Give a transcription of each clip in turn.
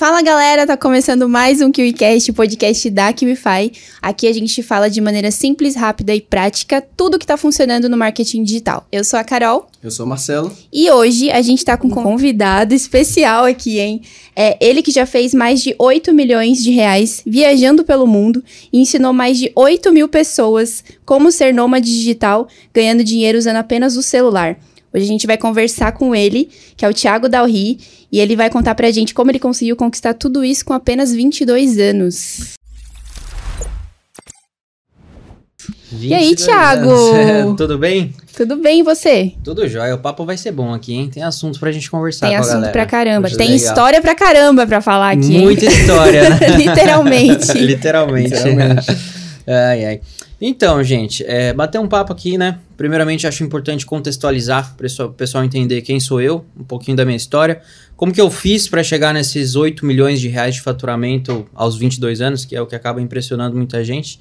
Fala galera, tá começando mais um KiwiCast, o podcast da KiwiFi. Aqui a gente fala de maneira simples, rápida e prática tudo que tá funcionando no marketing digital. Eu sou a Carol. Eu sou o Marcelo. E hoje a gente tá com um convidado especial aqui, hein? É ele que já fez mais de 8 milhões de reais viajando pelo mundo e ensinou mais de 8 mil pessoas como ser nômade digital, ganhando dinheiro usando apenas o celular. Hoje a gente vai conversar com ele, que é o Thiago Dalry, e ele vai contar pra gente como ele conseguiu conquistar tudo isso com apenas 22 anos. E aí, Thiago? Tudo bem? Tudo bem, e você? Tudo jóia. O papo vai ser bom aqui, hein? Tem assunto pra gente conversar com a galera. Tem assunto pra caramba. Poxa, tem legal. História pra caramba pra falar aqui, hein? Muita história, né? Literalmente. Literalmente. Ai, ai. Então, gente, bater um papo aqui, né? Primeiramente, acho importante contextualizar para o pessoal entender quem sou eu, um pouquinho da minha história, como que eu fiz para chegar nesses 8 milhões de reais de faturamento aos 22 anos, que é o que acaba impressionando muita gente.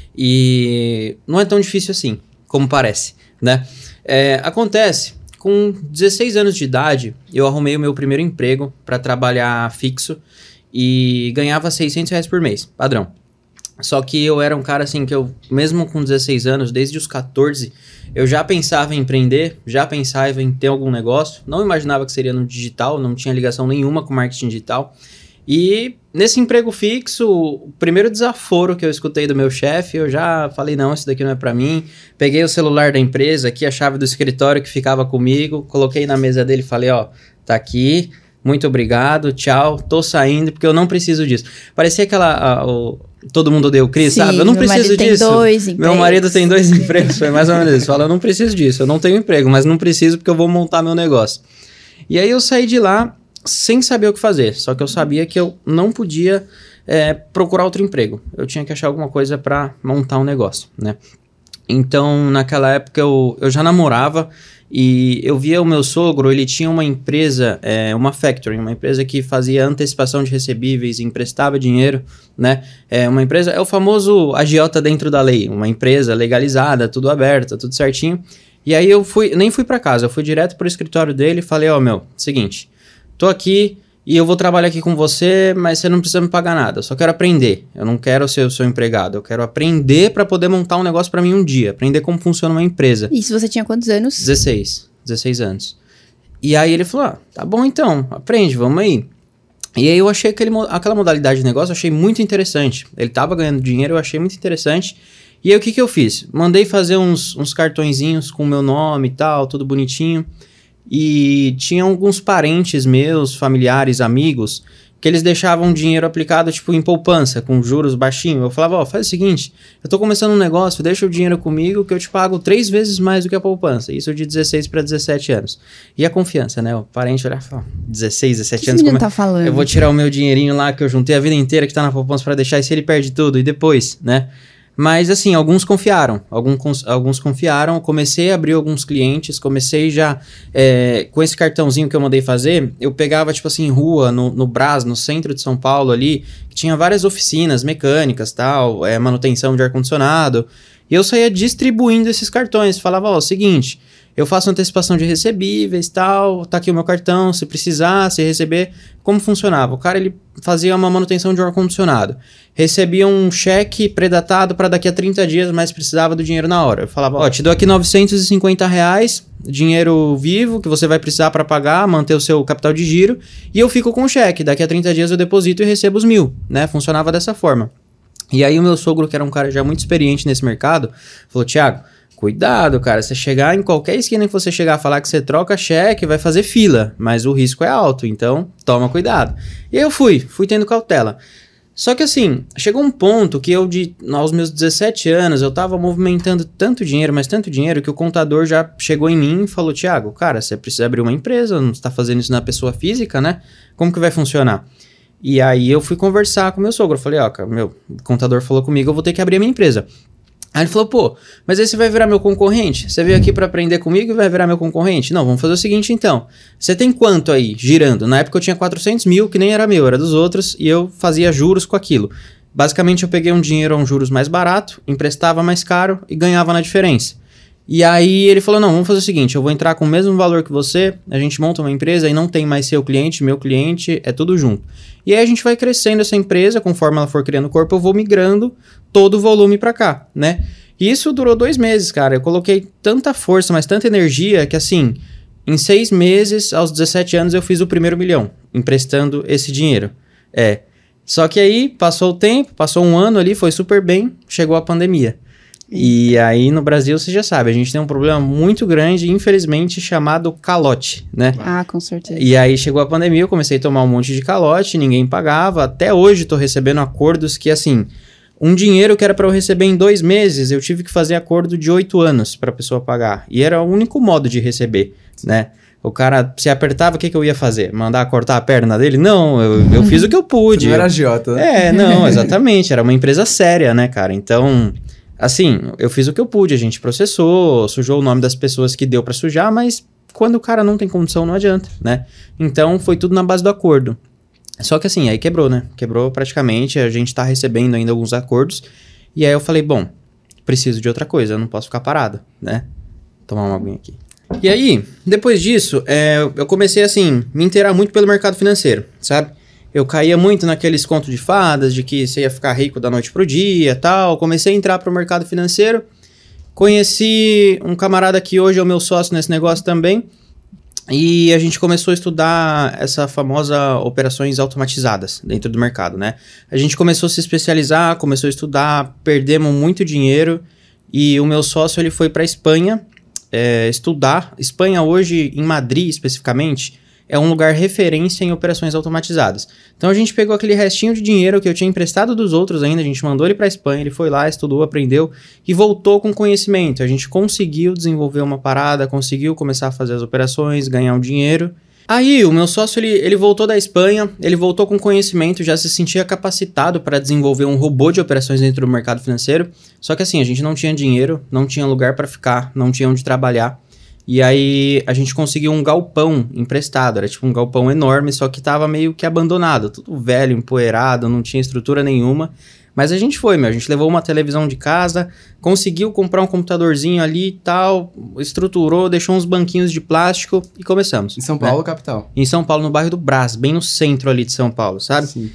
E não é tão difícil assim, como parece, né? Acontece, com 16 anos de idade, eu arrumei o meu primeiro emprego para trabalhar fixo e ganhava R$600 por mês, padrão. Só que eu era um cara assim que eu, mesmo com 16 anos, desde os 14, eu já pensava em empreender, já pensava em ter algum negócio, não imaginava que seria no digital, não tinha ligação nenhuma com marketing digital. E nesse emprego fixo, o primeiro desaforo que eu escutei do meu chefe, eu já falei, não, isso daqui não é pra mim. Peguei o celular da empresa, aqui a chave do escritório que ficava comigo, coloquei na mesa dele e falei, ó, tá aqui, muito obrigado, tchau, tô saindo porque eu não preciso disso. Parecia aquela... Todo mundo odeia o Cris, Sim, sabe? Eu não preciso disso. Meu marido tem 2 empregos. Meu marido tem 2 empregos, foi mais ou menos isso. Fala, eu não preciso disso, eu não tenho emprego, mas não preciso porque eu vou montar meu negócio. E aí eu saí de lá sem saber o que fazer, só que eu sabia que eu não podia procurar outro emprego. Eu tinha que achar alguma coisa para montar um negócio, né? Então, naquela época eu já namorava e eu via o meu sogro, ele tinha uma empresa, uma factory, uma empresa que fazia antecipação de recebíveis, emprestava dinheiro, né? Uma empresa, é o famoso agiota dentro da lei, uma empresa legalizada, tudo aberto, tudo certinho. E aí eu nem fui para casa, eu fui direto pro escritório dele e falei, ó, seguinte, tô aqui e eu vou trabalhar aqui com você, mas você não precisa me pagar nada, eu só quero aprender, eu não quero ser o seu empregado, eu quero aprender para poder montar um negócio para mim um dia, aprender como funciona uma empresa. Isso, você tinha quantos anos? 16 anos. E aí ele falou, tá bom então, aprende, vamos aí. E aí eu achei aquela modalidade de negócio, eu achei muito interessante, ele tava ganhando dinheiro, eu achei muito interessante. E aí o que eu fiz? Mandei fazer uns cartõezinhos com o meu nome e tal, tudo bonitinho. E tinha alguns parentes meus, familiares, amigos, que eles deixavam dinheiro aplicado, tipo, em poupança, com juros baixinhos. Eu falava, ó, faz o seguinte, eu tô começando um negócio, deixa o dinheiro comigo que eu te pago 3 vezes mais do que a poupança. Isso de 16 para 17 anos. E a confiança, né? O parente olhava e falava, 16, 17 anos, como tá falando? Eu vou tirar o meu dinheirinho lá que eu juntei a vida inteira que tá na poupança para deixar, e se ele perde tudo? E depois, né? Mas assim, alguns confiaram, eu comecei a abrir alguns clientes, comecei já, com esse cartãozinho que eu mandei fazer, eu pegava tipo assim, rua, no Brás, no centro de São Paulo ali, que tinha várias oficinas mecânicas, tal, manutenção de ar-condicionado, e eu saía distribuindo esses cartões, falava, ó, seguinte, eu faço antecipação de recebíveis, tal, tá aqui o meu cartão, se precisar, se receber, como funcionava? O cara, ele fazia uma manutenção de ar-condicionado, recebia um cheque predatado para daqui a 30 dias, mas precisava do dinheiro na hora. Eu falava, ó, te dou aqui R$950, dinheiro vivo, que você vai precisar para pagar, manter o seu capital de giro, e eu fico com o cheque, daqui a 30 dias eu deposito e recebo os 1.000, né? Funcionava dessa forma. E aí o meu sogro, que era um cara já muito experiente nesse mercado, falou, Thiago, cuidado, cara, você chegar em qualquer esquina que você chegar a falar que você troca cheque, vai fazer fila, mas o risco é alto, então toma cuidado. E aí eu fui tendo cautela. Só que assim, chegou um ponto que aos meus 17 anos, eu tava movimentando tanto dinheiro, mas tanto dinheiro, que o contador já chegou em mim e falou, Thiago, cara, você precisa abrir uma empresa, não está fazendo isso na pessoa física, né? Como que vai funcionar? E aí eu fui conversar com meu sogro, eu falei, ó, meu contador falou comigo, eu vou ter que abrir a minha empresa. Aí ele falou, pô, mas aí você vai virar meu concorrente? Você veio aqui pra aprender comigo e vai virar meu concorrente? Não, vamos fazer o seguinte então, você tem quanto aí girando? Na época eu tinha 400 mil, que nem era meu, era dos outros, e eu fazia juros com aquilo. Basicamente eu peguei um dinheiro a um juros mais barato, emprestava mais caro e ganhava na diferença. E aí ele falou, não, vamos fazer o seguinte, eu vou entrar com o mesmo valor que você, a gente monta uma empresa e não tem mais seu cliente, meu cliente, é tudo junto. E aí a gente vai crescendo essa empresa, conforme ela for criando corpo, eu vou migrando todo o volume para cá, né? E isso durou 2 meses, cara. Eu coloquei tanta força, mas tanta energia que assim, em 6 meses, aos 17 anos, eu fiz o primeiro 1 milhão, emprestando esse dinheiro. Só que aí passou o tempo, passou 1 ano ali, foi super bem, chegou a pandemia. E aí no Brasil, você já sabe, a gente tem um problema muito grande, infelizmente, chamado calote, né? Ah, com certeza. E aí chegou a pandemia, eu comecei a tomar um monte de calote, ninguém pagava. Até hoje tô recebendo acordos que, assim, um dinheiro que era para eu receber em 2 meses, eu tive que fazer acordo de 8 anos pra pessoa pagar. E era o único modo de receber, né? O cara se apertava, o que eu ia fazer? Mandar cortar a perna dele? Não, eu fiz o que eu pude. Você não era agiota, né? Não, exatamente. Era uma empresa séria, né, cara? Então, assim, eu fiz o que eu pude. A gente processou, sujou o nome das pessoas que deu pra sujar, mas quando o cara não tem condição, não adianta, né? Então, foi tudo na base do acordo. Só que assim, aí quebrou, né? Quebrou praticamente, a gente tá recebendo ainda alguns acordos. E aí eu falei, bom, preciso de outra coisa, eu não posso ficar parado, né? Tomar uma aguinha aqui. E aí, depois disso, eu comecei, assim, me inteirar muito pelo mercado financeiro, sabe? Eu caía muito naqueles contos de fadas, de que você ia ficar rico da noite pro dia e tal. Comecei a entrar pro mercado financeiro. Conheci um camarada que hoje é o meu sócio nesse negócio também. E a gente começou a estudar essa famosa operações automatizadas dentro do mercado, né? A gente começou a se especializar, começou a estudar, perdemos muito dinheiro. E o meu sócio, ele foi pra Espanha estudar. Espanha hoje, em Madrid especificamente, é um lugar referência em operações automatizadas. Então a gente pegou aquele restinho de dinheiro que eu tinha emprestado dos outros ainda, a gente mandou ele para a Espanha, ele foi lá, estudou, aprendeu e voltou com conhecimento. A gente conseguiu desenvolver uma parada, conseguiu começar a fazer as operações, ganhar um dinheiro. Aí o meu sócio, ele voltou da Espanha, ele voltou com conhecimento, já se sentia capacitado para desenvolver um robô de operações dentro do mercado financeiro. Só que assim, a gente não tinha dinheiro, não tinha lugar para ficar, não tinha onde trabalhar. E aí a gente conseguiu um galpão emprestado, era tipo um galpão enorme, só que tava meio que abandonado, tudo velho, empoeirado, não tinha estrutura nenhuma. Mas a gente foi, a gente levou uma televisão de casa, conseguiu comprar um computadorzinho ali e tal, estruturou, deixou uns banquinhos de plástico e começamos. Em São Paulo, capital? Em São Paulo, no bairro do Brás, bem no centro ali de São Paulo, sabe? Sim.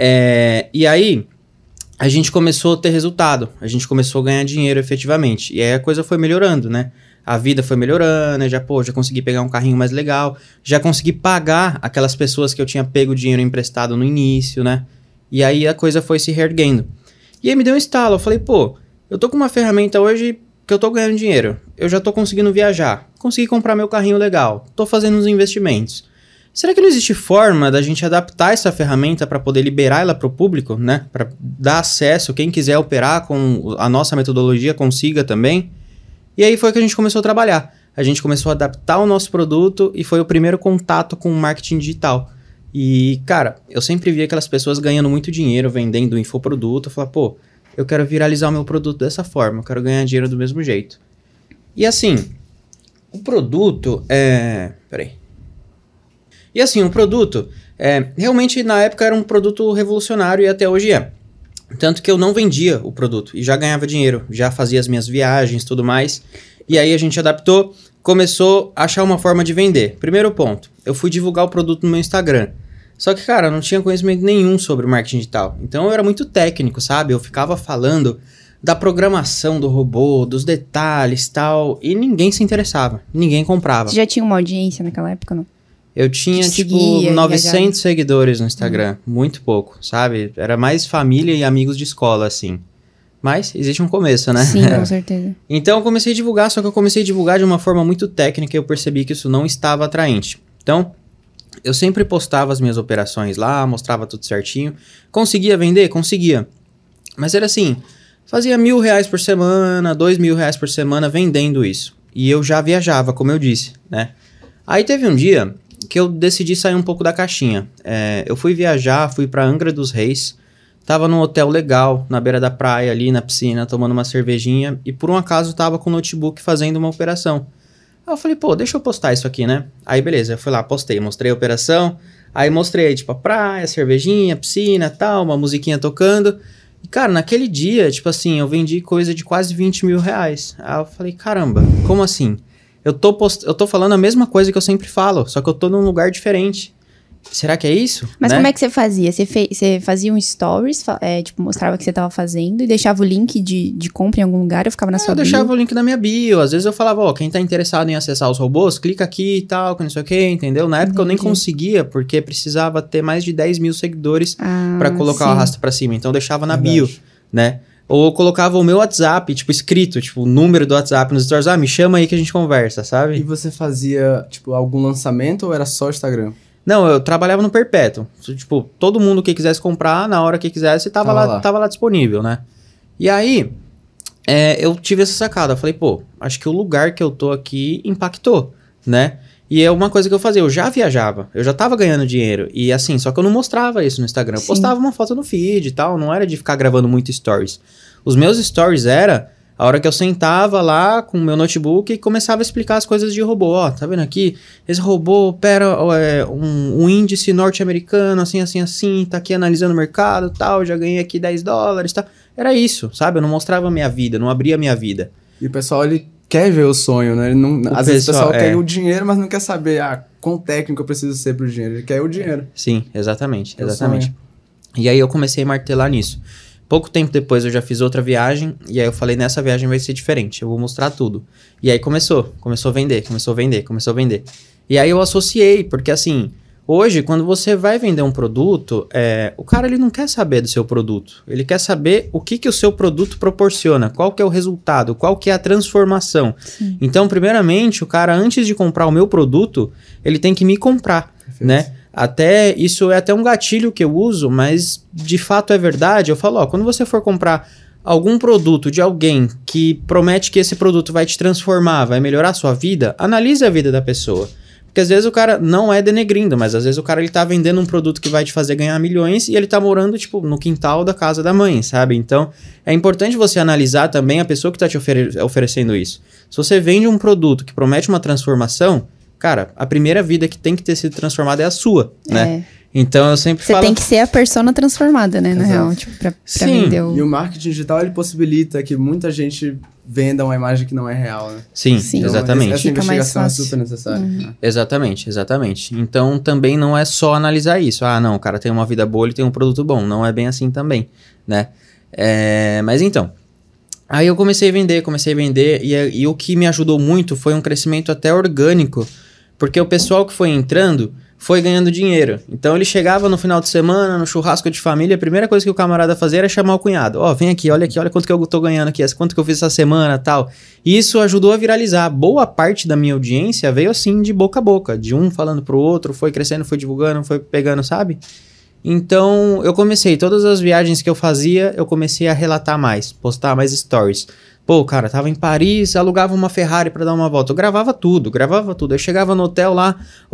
E aí a gente começou a ter resultado, a gente começou a ganhar dinheiro efetivamente. E aí a coisa foi melhorando, né? A vida foi melhorando, já consegui pegar um carrinho mais legal, já consegui pagar aquelas pessoas que eu tinha pego dinheiro emprestado no início, né? E aí a coisa foi se reerguendo. E aí me deu um estalo, eu falei, pô, eu tô com uma ferramenta hoje que eu tô ganhando dinheiro, eu já tô conseguindo viajar, consegui comprar meu carrinho legal, tô fazendo uns investimentos. Será que não existe forma da gente adaptar essa ferramenta para poder liberar ela para o público, né? Para dar acesso, quem quiser operar com a nossa metodologia consiga também. E aí foi que a gente começou a trabalhar. A gente começou a adaptar o nosso produto e foi o primeiro contato com o marketing digital. E, cara, eu sempre vi aquelas pessoas ganhando muito dinheiro vendendo infoproduto. Eu falava, pô, eu quero viralizar o meu produto dessa forma, eu quero ganhar dinheiro do mesmo jeito. E assim, o produto realmente na época era um produto revolucionário e até hoje é. Tanto que eu não vendia o produto e já ganhava dinheiro, já fazia as minhas viagens e tudo mais. E aí a gente adaptou, começou a achar uma forma de vender. Primeiro ponto, eu fui divulgar o produto no meu Instagram. Só que, cara, eu não tinha conhecimento nenhum sobre marketing digital. Então eu era muito técnico, sabe? Eu ficava falando da programação do robô, dos detalhes e tal, e ninguém se interessava, ninguém comprava. Você já tinha uma audiência naquela época, não? Eu tinha, seguia, 900 seguidores no Instagram. Muito pouco, sabe? Era mais família e amigos de escola, assim. Mas existe um começo, né? Sim, com certeza. Então eu comecei a divulgar, só que eu comecei a divulgar de uma forma muito técnica e eu percebi que isso não estava atraente. Então, eu sempre postava as minhas operações lá, mostrava tudo certinho. Conseguia vender? Conseguia. Mas era assim, fazia R$1.000 por semana, R$2.000 por semana vendendo isso. E eu já viajava, como eu disse, né? Aí teve um dia que eu decidi sair um pouco da caixinha. Eu fui viajar, fui pra Angra dos Reis, tava num hotel legal, na beira da praia ali, na piscina, tomando uma cervejinha, e por um acaso tava com o notebook fazendo uma operação. Aí eu falei, pô, deixa eu postar isso aqui, né? Aí beleza, eu fui lá, postei, mostrei a operação, aí mostrei, tipo, a praia, cervejinha, piscina, tal, uma musiquinha tocando, E, cara, naquele dia, tipo assim, eu vendi coisa de quase 20 mil reais. Aí eu falei, caramba, como assim? Eu tô falando a mesma coisa que eu sempre falo, só que eu tô num lugar diferente. Será que é isso? Mas né? como é que você fazia? Você fazia um stories, tipo, mostrava o que você tava fazendo e deixava o link de compra em algum lugar ou ficava na sua bio? Eu deixava o link na minha bio. Às vezes eu falava, ó, quem tá interessado em acessar os robôs, clica aqui e tal, que não sei o que, entendeu? Na época eu nem conseguia, porque precisava ter mais de 10 mil seguidores pra colocar o arrasto pra cima. Então eu deixava na bio, né? Ou eu colocava o meu WhatsApp, tipo, escrito, tipo, o número do WhatsApp nos stories. Me chama aí que a gente conversa, sabe? E você fazia, tipo, algum lançamento ou era só Instagram? Não, eu trabalhava no perpétuo. Tipo, todo mundo que quisesse comprar, na hora que quisesse, tava lá disponível, né? E aí, eu tive essa sacada. Eu falei, pô, acho que o lugar que eu tô aqui impactou, né? E é uma coisa que eu fazia, eu já viajava, eu já tava ganhando dinheiro. E assim, só que eu não mostrava isso no Instagram. Eu postava uma foto no feed e tal, não era de ficar gravando muito stories. Os meus stories era a hora que eu sentava lá com o meu notebook e começava a explicar as coisas de robô. Ó, tá vendo aqui? Esse robô opera um índice norte-americano, assim, tá aqui analisando o mercado e tal, já ganhei aqui $10, tá? Era isso, sabe? Eu não mostrava a minha vida, não abria a minha vida. E o pessoal, ele quer ver o sonho, né? Ele não, às vezes o pessoal quer o dinheiro, mas não quer saber quão técnico eu preciso ser pro dinheiro. Ele quer o dinheiro. Sim, exatamente. E aí eu comecei a martelar nisso. Pouco tempo depois eu já fiz outra viagem, e aí eu falei, nessa viagem vai ser diferente, eu vou mostrar tudo. E aí começou a vender. E aí eu associei, porque assim, hoje quando você vai vender um produto, o cara ele não quer saber do seu produto, ele quer saber o que o seu produto proporciona, qual que é o resultado, qual que é a transformação. Sim. Então, primeiramente, o cara antes de comprar o meu produto, ele tem que me comprar, né? Isso é até um gatilho que eu uso, mas de fato é verdade. Eu falo, quando você for comprar algum produto de alguém que promete que esse produto vai te transformar, vai melhorar a sua vida, analise a vida da pessoa. Porque às vezes o cara não é denegrindo, mas às vezes o cara ele tá vendendo um produto que vai te fazer ganhar milhões e ele tá morando, tipo, no quintal da casa da mãe, sabe? Então, é importante você analisar também a pessoa que tá te oferecendo isso. Se você vende um produto que promete uma transformação, cara, a primeira vida que tem que ter sido transformada é a sua, né? Então eu sempre falo... Você tem que ser a persona transformada, né? Na real, tipo, pra vender o... E o marketing digital, ele possibilita que muita gente venda uma imagem que não é real, né? Sim, então, exatamente. Essa investigação é super necessária. Uhum. Exatamente. Então também não é só analisar isso. Não, o cara tem uma vida boa, ele tem um produto bom. Não é bem assim também, né? Mas então... Aí eu comecei a vender, e o que me ajudou muito foi um crescimento até orgânico, porque o pessoal que foi entrando foi ganhando dinheiro. Então ele chegava no final de semana, no churrasco de família, a primeira coisa que o camarada fazia era chamar o cunhado. Vem aqui, olha quanto que eu tô ganhando aqui, quanto que eu fiz essa semana e tal. E isso ajudou a viralizar. Boa parte da minha audiência veio assim de boca a boca, de um falando pro outro, foi crescendo, foi divulgando, foi pegando, sabe? Então, eu comecei, todas as viagens que eu fazia, eu comecei a relatar mais, postar mais stories. Pô, cara, tava em Paris, alugava uma Ferrari pra dar uma volta. Eu gravava tudo. Eu chegava no hotel lá,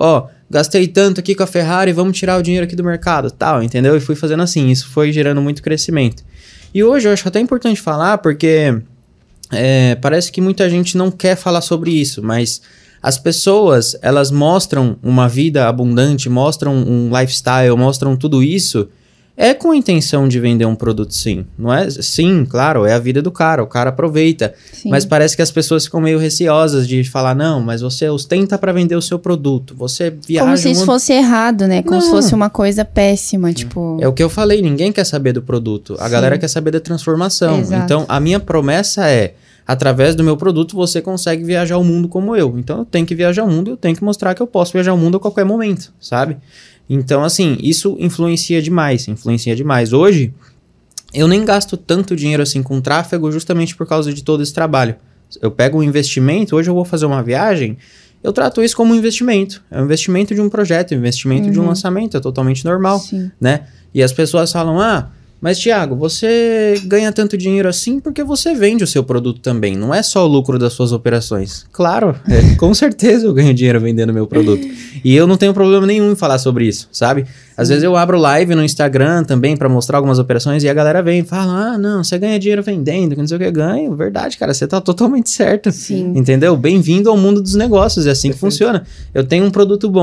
gastei tanto aqui com a Ferrari, vamos tirar o dinheiro aqui do mercado, tal, entendeu? E fui fazendo assim, isso foi gerando muito crescimento. E hoje eu acho até importante falar, porque parece que muita gente não quer falar sobre isso, mas... As pessoas, elas mostram uma vida abundante, mostram um lifestyle, mostram tudo isso, com a intenção de vender um produto, sim. Não é? Sim, claro, é a vida do cara, o cara aproveita. Sim. Mas parece que as pessoas ficam meio receosas de falar, não, mas você ostenta para vender o seu produto, você viaja... Como se isso fosse errado, né? Como se fosse uma coisa péssima, tipo... É o que eu falei, ninguém quer saber do produto, a galera quer saber da transformação. Exato. Então, a minha promessa através do meu produto, você consegue viajar o mundo como eu. Então, eu tenho que viajar o mundo e eu tenho que mostrar que eu posso viajar o mundo a qualquer momento, sabe? Então, assim, isso influencia demais. Hoje, eu nem gasto tanto dinheiro assim com tráfego justamente por causa de todo esse trabalho. Eu pego um investimento, hoje eu vou fazer uma viagem, eu trato isso como um investimento. É um investimento de um projeto, um investimento de um lançamento, é totalmente normal, né? E as pessoas falam, mas, Thiago, você ganha tanto dinheiro assim porque você vende o seu produto também. Não é só o lucro das suas operações. Claro, com certeza eu ganho dinheiro vendendo meu produto. E eu não tenho problema nenhum em falar sobre isso, sabe? Às vezes eu abro live no Instagram também pra mostrar algumas operações e a galera vem e fala, não, você ganha dinheiro vendendo, que não sei o que, ganho. Verdade, cara, você tá totalmente certo. Sim. Entendeu? Bem-vindo ao mundo dos negócios, é assim que funciona. Eu tenho um produto bom.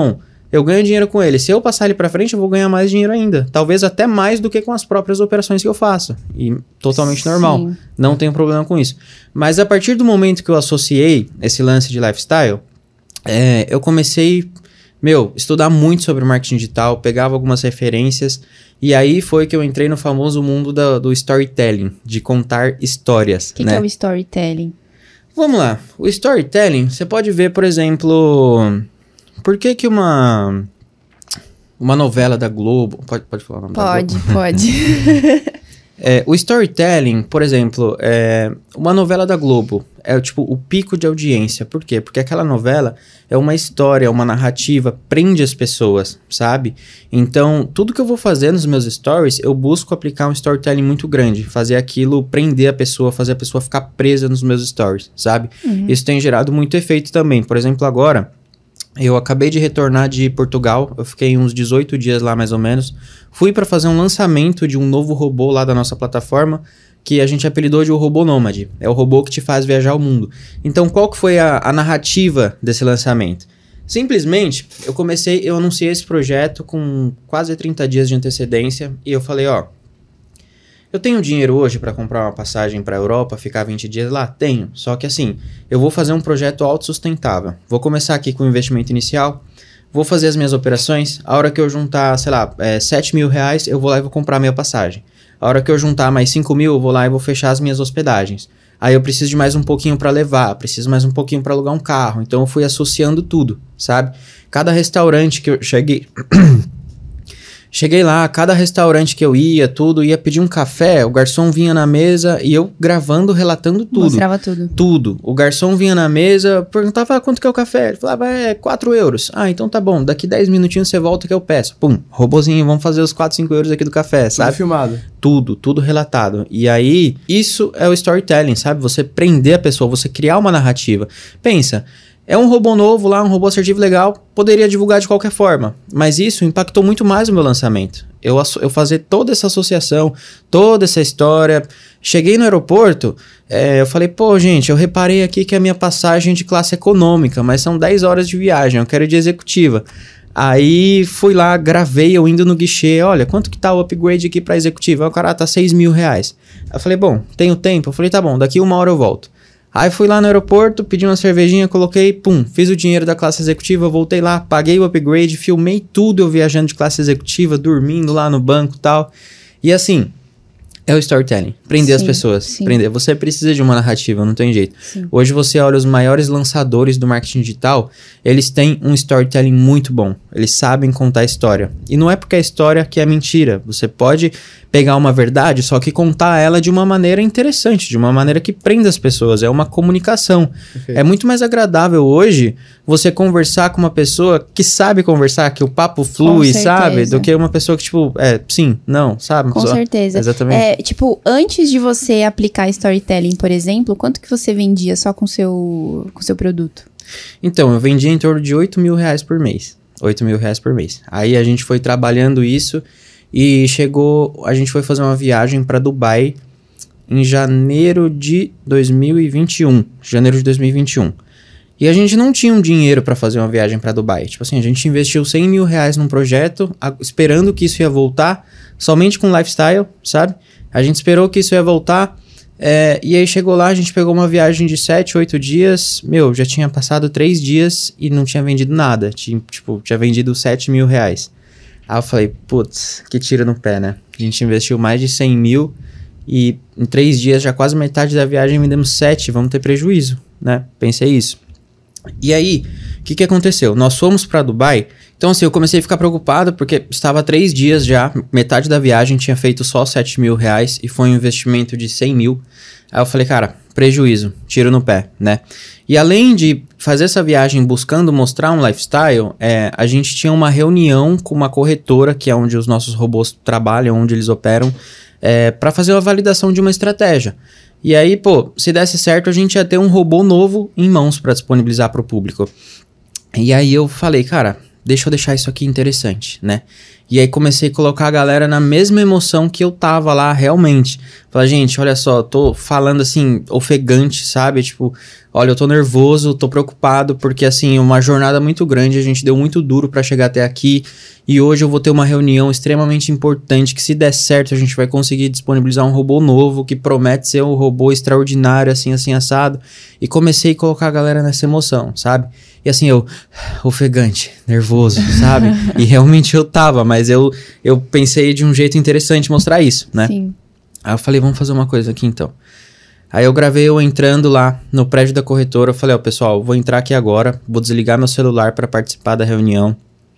eu ganho dinheiro com ele. Se eu passar ele para frente, eu vou ganhar mais dinheiro ainda. Talvez até mais do que com as próprias operações que eu faço. E totalmente normal. Não tenho problema com isso. Mas a partir do momento que eu associei esse lance de lifestyle, eu comecei, estudar muito sobre marketing digital, pegava algumas referências, e aí foi que eu entrei no famoso mundo do storytelling, de contar histórias. O que é o storytelling? Vamos lá. O storytelling, você pode ver, por exemplo... Por que uma novela da Globo... Pode falar o nome da Globo? Pode. O storytelling, por exemplo, uma novela da Globo é tipo o pico de audiência. Por quê? Porque aquela novela é uma história, é uma narrativa, prende as pessoas, sabe? Então, tudo que eu vou fazer nos meus stories, eu busco aplicar um storytelling muito grande. Fazer aquilo, prender a pessoa, fazer a pessoa ficar presa nos meus stories, sabe? Isso tem gerado muito efeito também. Por exemplo, agora... Eu acabei de retornar de Portugal, eu fiquei uns 18 dias lá mais ou menos. Fui para fazer um lançamento de um novo robô lá da nossa plataforma, que a gente apelidou de o Robô Nômade. É o robô que te faz viajar o mundo. Então, qual que foi a narrativa desse lançamento? Simplesmente, eu anunciei esse projeto com quase 30 dias de antecedência e eu falei, eu tenho dinheiro hoje para comprar uma passagem para a Europa, ficar 20 dias lá? Tenho. Só que assim, eu vou fazer um projeto autossustentável. Vou começar aqui com o investimento inicial, vou fazer as minhas operações. A hora que eu juntar, sei lá, 7 mil reais, eu vou lá e vou comprar a minha passagem. A hora que eu juntar mais 5 mil, eu vou lá e vou fechar as minhas hospedagens. Aí eu preciso de mais um pouquinho para levar, preciso mais um pouquinho para alugar um carro. Então eu fui associando tudo, sabe? Cada restaurante que eu Cheguei lá, cada restaurante que eu ia pedir um café, o garçom vinha na mesa e eu gravando, relatando tudo. Mostrava tudo. Tudo. O garçom vinha na mesa, perguntava quanto que é o café. Ele falava, 4 euros. Ah, então tá bom, daqui 10 minutinhos você volta que eu peço. Pum, robozinho, vamos fazer os 4, 5 euros aqui do café, sabe? Tudo filmado. Tudo relatado. E aí, isso é o storytelling, sabe? Você prender a pessoa, você criar uma narrativa. Pensa... É um robô novo lá, um robô assertivo legal, poderia divulgar de qualquer forma. Mas isso impactou muito mais o meu lançamento. Eu fazer toda essa associação, toda essa história. Cheguei no aeroporto, eu falei, gente, eu reparei aqui que a minha passagem de classe econômica, mas são 10 horas de viagem, eu quero ir de executiva. Aí fui lá, gravei eu indo no guichê, olha, quanto que tá o upgrade aqui pra executiva? Aí o cara, tá 6 mil reais. Aí eu falei, bom, tenho tempo? Eu falei, tá bom, daqui 1 hora eu volto. Aí fui lá no aeroporto, pedi uma cervejinha, coloquei, fiz o dinheiro da classe executiva, voltei lá, paguei o upgrade, filmei tudo eu viajando de classe executiva, dormindo lá no banco e tal. E assim, é o storytelling, prender as pessoas, prender. Você precisa de uma narrativa, não tem jeito. Sim. Hoje você olha os maiores lançadores do marketing digital, eles têm um storytelling muito bom, eles sabem contar a história. E não é porque a história que é mentira, você pode pegar uma verdade, só que contar ela de uma maneira interessante, de uma maneira que prenda as pessoas, é uma comunicação. Perfeito. É muito mais agradável hoje você conversar com uma pessoa que sabe conversar, que o papo flui, sabe? Do que uma pessoa que tipo, sim, não, sabe? Com certeza. Exatamente. Tipo, antes de você aplicar storytelling, por exemplo, quanto que você vendia só com seu produto? Então, eu vendia em torno de 8 mil reais por mês. 8 mil reais por mês. Aí a gente foi trabalhando isso e a gente foi fazer uma viagem para Dubai em janeiro de 2021. E a gente não tinha um dinheiro para fazer uma viagem para Dubai. Tipo assim, a gente investiu 100 mil reais num projeto, esperando que isso ia voltar, somente com lifestyle, sabe? A gente esperou que isso ia voltar, e aí chegou lá, a gente pegou uma viagem de 7, 8 dias, já tinha passado 3 dias e não tinha vendido nada. Tinha vendido 7 mil reais. Aí eu falei, putz, que tiro no pé, né? A gente investiu mais de 100 mil e em 3 dias, já quase metade da viagem, vendemos 7, vamos ter prejuízo, né? Pensei isso. E aí, o que aconteceu? Nós fomos para Dubai, então assim, eu comecei a ficar preocupado porque estava 3 dias já, metade da viagem tinha feito só 7 mil reais e foi um investimento de 100 mil. Aí eu falei, cara, prejuízo, tiro no pé, né? E além de fazer essa viagem buscando mostrar um lifestyle, a gente tinha uma reunião com uma corretora, que é onde os nossos robôs trabalham, onde eles operam, para fazer uma validação de uma estratégia. E aí, se desse certo, a gente ia ter um robô novo em mãos para disponibilizar para o público. E aí eu falei, cara, deixa eu deixar isso aqui interessante, né? E aí comecei a colocar a galera na mesma emoção que eu tava lá realmente. Falar, gente, olha só, tô falando assim, ofegante, sabe? Tipo, olha, eu tô nervoso, tô preocupado, porque assim, uma jornada muito grande, a gente deu muito duro pra chegar até aqui. E hoje eu vou ter uma reunião extremamente importante, que se der certo, a gente vai conseguir disponibilizar um robô novo, que promete ser um robô extraordinário, assim, assado. E comecei a colocar a galera nessa emoção, sabe? E assim, eu, ofegante, nervoso, sabe? E realmente eu tava, mas eu pensei de um jeito interessante mostrar isso, né? Sim. Aí eu falei, vamos fazer uma coisa aqui então. Aí eu gravei eu entrando lá no prédio da corretora. Eu falei, ó, pessoal, vou entrar aqui agora, vou desligar meu celular para participar da reunião.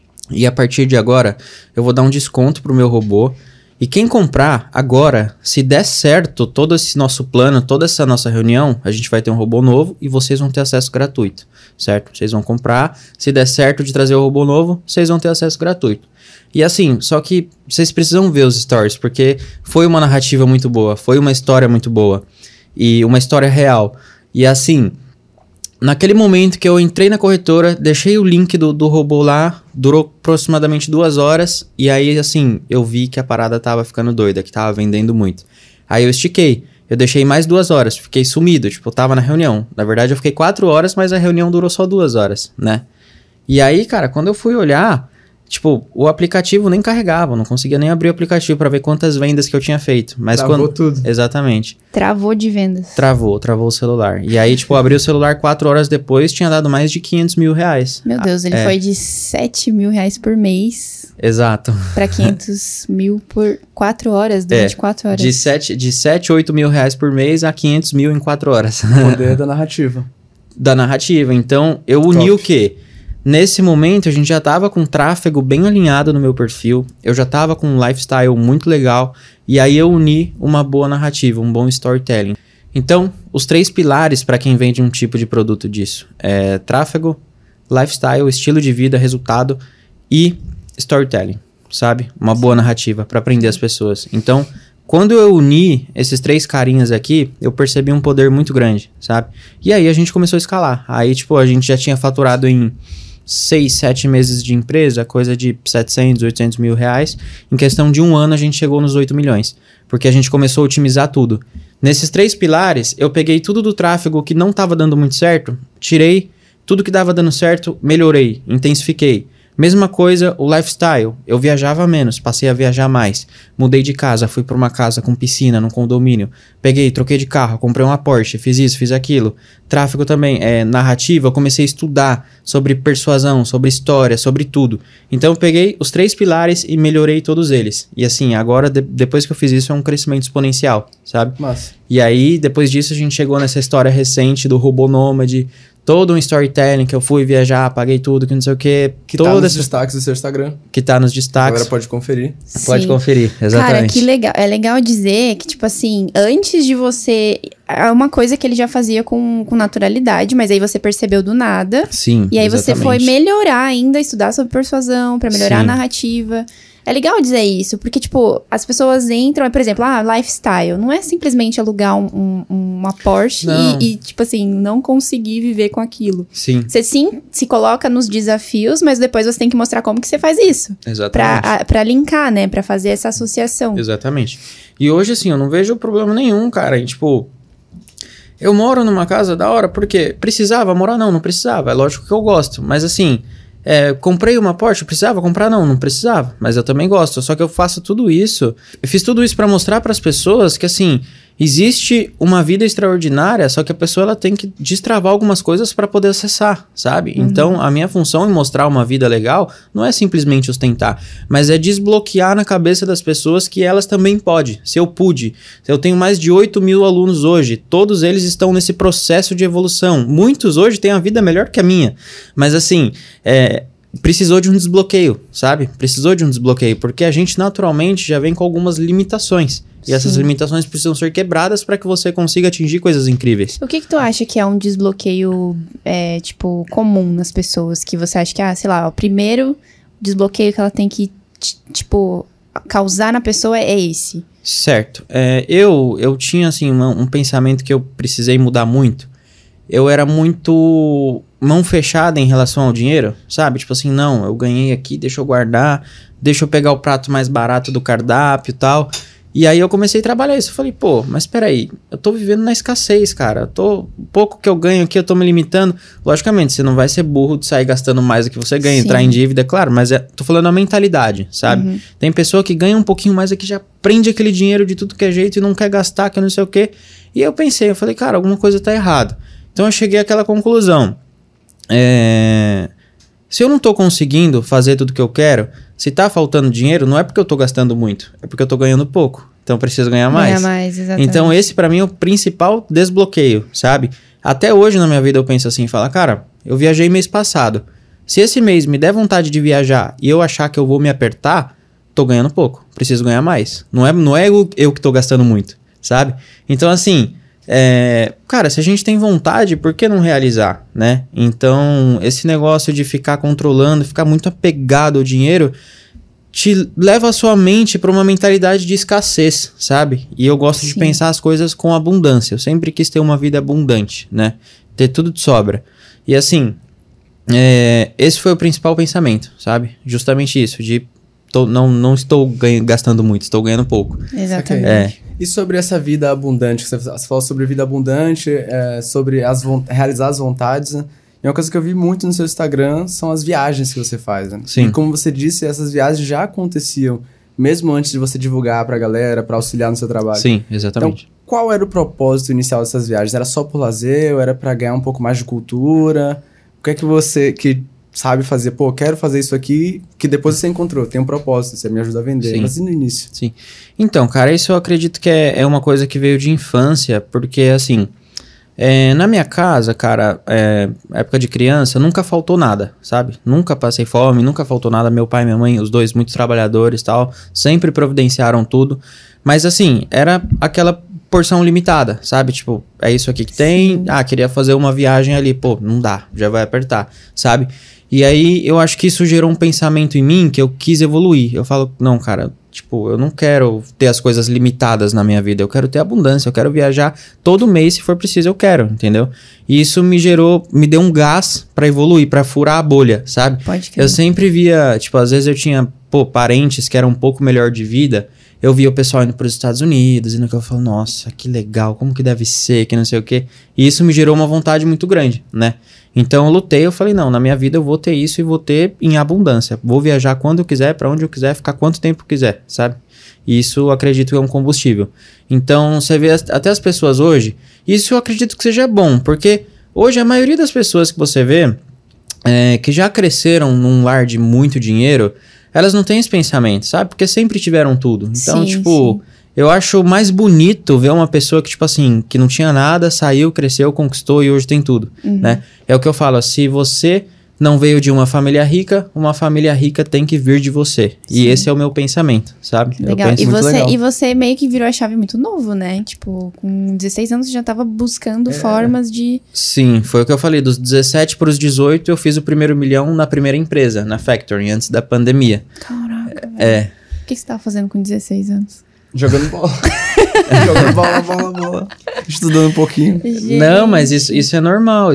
E a partir de agora, eu vou dar um desconto pro meu robô. E quem comprar agora, se der certo todo esse nosso plano, toda essa nossa reunião, a gente vai ter um robô novo e vocês vão ter acesso gratuito, certo? Vocês vão comprar, se der certo de trazer o robô novo, vocês vão ter acesso gratuito. E assim, só que vocês precisam ver os stories, porque foi uma narrativa muito boa, foi uma história muito boa, e uma história real. E assim, naquele momento que eu entrei na corretora, deixei o link do robô lá, durou aproximadamente 2 horas, e aí assim, eu vi que a parada tava ficando doida, que tava vendendo muito. Aí eu estiquei, eu deixei mais 2 horas, fiquei sumido, tipo, eu tava na reunião. Na verdade eu fiquei 4 horas, mas a reunião durou só 2 horas, né? E aí, cara, quando eu fui olhar, tipo, o aplicativo nem carregava, não conseguia nem abrir o aplicativo pra ver quantas vendas que eu tinha feito. Mas Travou tudo. Exatamente. Travou de vendas. Travou o celular. E aí, tipo, abri o celular 4 horas depois, tinha dado mais de 500 mil reais. Meu Deus, ele foi de 7 mil reais por mês. Exato. Pra 500 mil por 4 horas, durante 4 horas. De 7, 8 mil reais por mês a 500 mil em 4 horas. O poder da narrativa. Da narrativa. Então, eu uni o quê? Nesse momento, a gente já tava com tráfego bem alinhado no meu perfil. Eu já tava com um lifestyle muito legal. E aí eu uni uma boa narrativa, um bom storytelling. Então, os 3 pilares para quem vende um tipo de produto disso é tráfego, lifestyle, estilo de vida, resultado e storytelling, sabe? Uma boa narrativa para prender as pessoas. Então, quando eu uni esses 3 carinhas aqui, eu percebi um poder muito grande, sabe? E aí a gente começou a escalar. Aí, tipo, a gente já tinha faturado em 6, 7 meses de empresa, coisa de 700, 800 mil reais. Em questão de 1 ano, a gente chegou nos 8 milhões. Porque a gente começou a otimizar tudo. Nesses 3 pilares, eu peguei tudo do tráfego que não estava dando muito certo, tirei tudo que dava dando certo, melhorei, intensifiquei. Mesma coisa, o lifestyle. Eu viajava menos, passei a viajar mais. Mudei de casa, fui para uma casa com piscina, num condomínio. Peguei, troquei de carro, comprei uma Porsche, fiz isso, fiz aquilo. Tráfego também, narrativa, eu comecei a estudar sobre persuasão, sobre história, sobre tudo. Então eu peguei os 3 pilares e melhorei todos eles. E assim, agora, depois que eu fiz isso, é um crescimento exponencial, sabe? Massa. E aí, depois disso, a gente chegou nessa história recente do robô nômade, todo um storytelling que eu fui viajar, paguei tudo, que não sei o quê. Que tá nos destaques do seu Instagram. Que tá nos destaques. Agora pode conferir. Sim. Pode conferir, exatamente. Cara, que legal. É legal dizer que, tipo assim, antes de você... É uma coisa que ele já fazia com naturalidade, mas aí você percebeu do nada. Sim, E aí exatamente. você foi melhorar ainda, estudar sobre persuasão, pra melhorar Sim. a narrativa. É legal dizer isso, porque, tipo, as pessoas entram, por exemplo, lifestyle. Não é simplesmente alugar uma Porsche e, tipo assim, não conseguir viver com aquilo. Sim. Você sim se coloca nos desafios, mas depois você tem que mostrar como que você faz isso. Exatamente. Pra linkar, né? Pra fazer essa associação. Exatamente. E hoje, assim, eu não vejo problema nenhum, cara. E, tipo, eu moro numa casa da hora, porque precisava morar? Não precisava. É lógico que eu gosto, mas assim... comprei uma Porsche, precisava comprar? Não precisava, mas eu também gosto, só que eu faço tudo isso, eu fiz tudo isso pra mostrar pras pessoas que assim, existe uma vida extraordinária, só que a pessoa ela tem que destravar algumas coisas pra poder acessar, sabe? Então a minha função em mostrar uma vida legal não é simplesmente ostentar, mas é desbloquear na cabeça das pessoas que elas também podem. Se eu pude, eu tenho mais de 8 mil alunos hoje, todos eles estão nesse processo de evolução, muitos hoje têm a vida melhor que a minha, mas assim, precisou de um desbloqueio, sabe? Precisou de um desbloqueio, porque a gente naturalmente já vem com algumas limitações. E essas limitações precisam ser quebradas para que você consiga atingir coisas incríveis. O que tu acha que é um desbloqueio, tipo, comum nas pessoas? Que você acha que, sei lá, o primeiro desbloqueio que ela tem que, tipo, causar na pessoa é esse? Certo. Eu tinha, assim, um pensamento que eu precisei mudar muito. eu era muito mão fechada em relação ao dinheiro, sabe? Tipo assim, não, eu ganhei aqui, deixa eu guardar, deixa eu pegar o prato mais barato do cardápio e tal. E aí eu comecei a trabalhar isso. Eu falei, pô, mas peraí, eu tô vivendo na escassez, cara. O pouco que eu ganho aqui, eu tô me limitando. Logicamente, você não vai ser burro de sair gastando mais do que você ganha, entrar em dívida, é claro, mas tô falando a mentalidade, sabe? Tem pessoa que ganha um pouquinho mais aqui, já prende aquele dinheiro de tudo que é jeito e não quer gastar, que não sei o quê. E eu pensei, eu falei, cara, alguma coisa tá errada. Então eu cheguei àquela conclusão. Se eu não tô conseguindo fazer tudo que eu quero, se tá faltando dinheiro, não é porque eu tô gastando muito, é porque eu tô ganhando pouco. Então eu preciso ganhar mais. Ganhar mais, exatamente. Então esse pra mim é o principal desbloqueio, sabe? Até hoje na minha vida eu penso assim, fala, cara, eu viajei mês passado. Se esse mês me der vontade de viajar e eu achar que eu vou me apertar, tô ganhando pouco, preciso ganhar mais. Não é eu que tô gastando muito, sabe? Então assim, cara, se a gente tem vontade, por que não realizar, né? Então, esse negócio de ficar controlando, ficar muito apegado ao dinheiro, te leva a sua mente para uma mentalidade de escassez, sabe? E eu gosto de pensar as coisas com abundância. Eu sempre quis ter uma vida abundante, né? Ter tudo de sobra. E assim, esse foi o principal pensamento, sabe? Justamente isso, de não estou gastando muito, estou ganhando pouco. Exatamente. E sobre essa vida abundante, você falou sobre vida abundante, sobre realizar as vontades, né? E uma coisa que eu vi muito no seu Instagram são as viagens que você faz, né? Sim. E como você disse, essas viagens já aconteciam mesmo antes de você divulgar pra galera, pra auxiliar no seu trabalho. Sim, exatamente. Então, qual era o propósito inicial dessas viagens? Era só por lazer ou era pra ganhar um pouco mais de cultura? O que é que você que sabe fazer? Pô, quero fazer isso aqui, que depois você encontrou, tem um propósito, você me ajuda a vender. Sim. Mas no início? Sim. Então, cara, isso eu acredito que é uma coisa que veio de infância, porque assim... na minha casa, cara, época de criança, nunca faltou nada, sabe? Nunca passei fome, nunca faltou nada. Meu pai e minha mãe, os dois muito trabalhadores e tal, sempre providenciaram tudo. Mas assim, era aquela porção limitada, sabe? Tipo, é isso aqui que tem. Queria fazer uma viagem ali. Pô, não dá, já vai apertar, sabe? E aí, eu acho que isso gerou um pensamento em mim que eu quis evoluir. Eu falo, não, cara, tipo, eu não quero ter as coisas limitadas na minha vida. Eu quero ter abundância, eu quero viajar todo mês, se for preciso, eu quero, entendeu? E isso me deu um gás pra evoluir, pra furar a bolha, sabe? Pode crer. Eu sempre via, tipo, às vezes eu tinha, parentes que eram um pouco melhor de vida. Eu via o pessoal indo para os Estados Unidos, indo que eu falo, nossa, que legal, como que deve ser, que não sei o quê. E isso me gerou uma vontade muito grande, né? Então eu lutei, eu falei, não, na minha vida eu vou ter isso e vou ter em abundância. Vou viajar quando eu quiser, para onde eu quiser, ficar quanto tempo quiser, sabe? E isso eu acredito que é um combustível. Então você vê até as pessoas hoje, isso eu acredito que seja bom, porque hoje a maioria das pessoas que você vê, que já cresceram num lar de muito dinheiro, elas não têm esse pensamento, sabe? Porque sempre tiveram tudo. Então, sim. Eu acho mais bonito ver uma pessoa que, tipo assim, que não tinha nada, saiu, cresceu, conquistou e hoje tem tudo, né? É o que eu falo, se você não veio de uma família rica tem que vir de você. Sim. E esse é o meu pensamento, sabe? Legal. Eu penso legal. E você meio que virou a chave muito novo, né? Tipo, com 16 anos você já tava buscando formas de... Sim, foi o que eu falei. Dos 17 para os 18, eu fiz o primeiro milhão na primeira empresa, na Factory, antes da pandemia. Caraca, velho. O que você tava fazendo com 16 anos? Jogando bola. Jogando bola. Estudando um pouquinho. Gente. Não, mas isso é normal,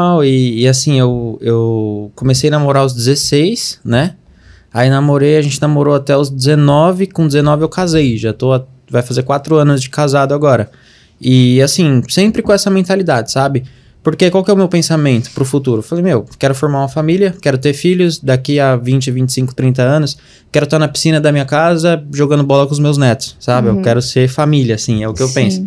E assim, eu comecei a namorar aos 16, né? Aí a gente namorou até os 19, com 19 eu casei. Vai fazer 4 anos de casado agora. E assim, sempre com essa mentalidade, sabe? Porque qual que é o meu pensamento pro futuro? Eu falei, quero formar uma família, quero ter filhos daqui a 20, 25, 30 anos, quero estar na piscina da minha casa jogando bola com os meus netos, sabe? Eu quero ser família, assim, é o que eu penso.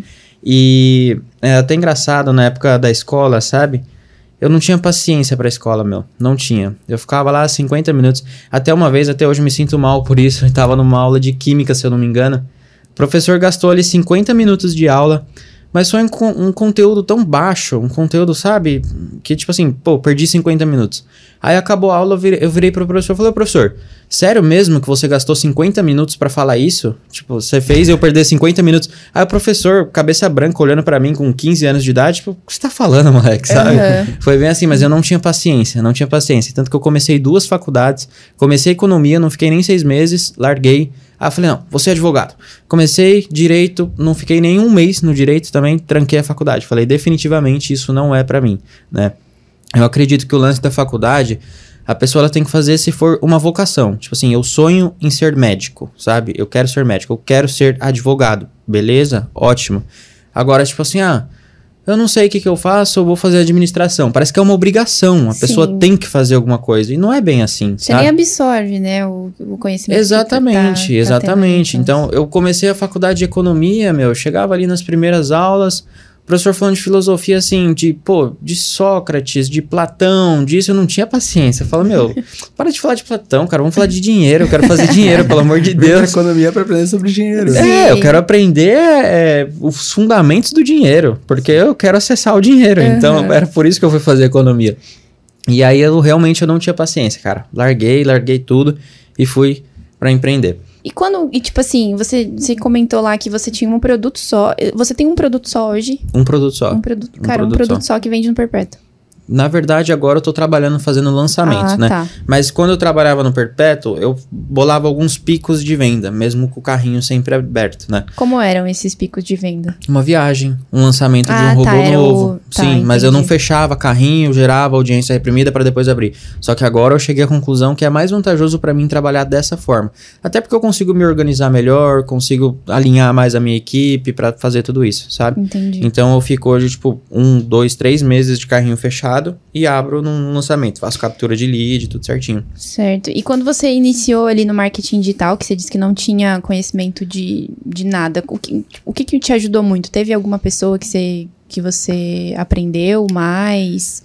E é até engraçado, na época da escola, sabe? Eu não tinha paciência pra escola, não tinha. Eu ficava lá 50 minutos, até hoje eu me sinto mal por isso, eu tava numa aula de química, se eu não me engano. O professor gastou ali 50 minutos de aula, mas foi um conteúdo tão baixo, um conteúdo, sabe, que tipo assim, perdi 50 minutos. Aí acabou a aula, eu virei pro professor e falei, professor, sério mesmo que você gastou 50 minutos pra falar isso? Tipo, você fez eu perder 50 minutos. Aí o professor, cabeça branca, olhando pra mim com 15 anos de idade, tipo, o que você tá falando, moleque, sabe? Foi bem assim, mas eu não tinha paciência. Tanto que eu comecei 2 faculdades, comecei economia, não fiquei nem 6 meses, larguei. Aí eu falei, não, vou ser advogado. Comecei direito, não fiquei nem um mês no direito também, tranquei a faculdade. Falei, definitivamente isso não é pra mim, né? Eu acredito que o lance da faculdade, a pessoa ela tem que fazer se for uma vocação. Tipo assim, eu sonho em ser médico, sabe? Eu quero ser médico, eu quero ser advogado. Beleza? Ótimo. Agora, tipo assim, eu não sei o que eu faço, eu vou fazer administração. Parece que é uma obrigação, a pessoa tem que fazer alguma coisa. E não é bem assim, Você sabe? nem absorve, né, o conhecimento. Exatamente, exatamente. Então, eu comecei a faculdade de economia, chegava ali nas primeiras aulas, o professor falando de filosofia, assim, de Sócrates, de Platão, disso, eu não tinha paciência. Eu falo, para de falar de Platão, cara, vamos falar de dinheiro, eu quero fazer dinheiro, pelo amor de Deus. Economia para aprender sobre dinheiro. Eu quero aprender os fundamentos do dinheiro, porque eu quero acessar o dinheiro, então era por isso que eu fui fazer economia. E aí eu realmente não tinha paciência, cara. Larguei tudo e fui para empreender. E tipo assim, você comentou lá que você tinha um produto só. Você tem um produto só hoje? Um produto só. Um produto só que vende no Perpétuo. Na verdade, agora eu tô trabalhando fazendo lançamentos, né? Tá. Mas quando eu trabalhava no Perpétuo, eu bolava alguns picos de venda, mesmo com o carrinho sempre aberto, né? Como eram esses picos de venda? Uma viagem, um lançamento de um robô novo. Sim, mas eu não fechava carrinho, gerava audiência reprimida para depois abrir. Só que agora eu cheguei à conclusão que é mais vantajoso para mim trabalhar dessa forma. Até porque eu consigo me organizar melhor, consigo alinhar mais a minha equipe para fazer tudo isso, sabe? Entendi. Então eu fico hoje, 1, 2, 3 meses de carrinho fechado e abro num lançamento. Faço captura de lead, tudo certinho. Certo. E quando você iniciou ali no marketing digital, que você disse que não tinha conhecimento de nada, o que te ajudou muito? Teve alguma pessoa que você aprendeu mais?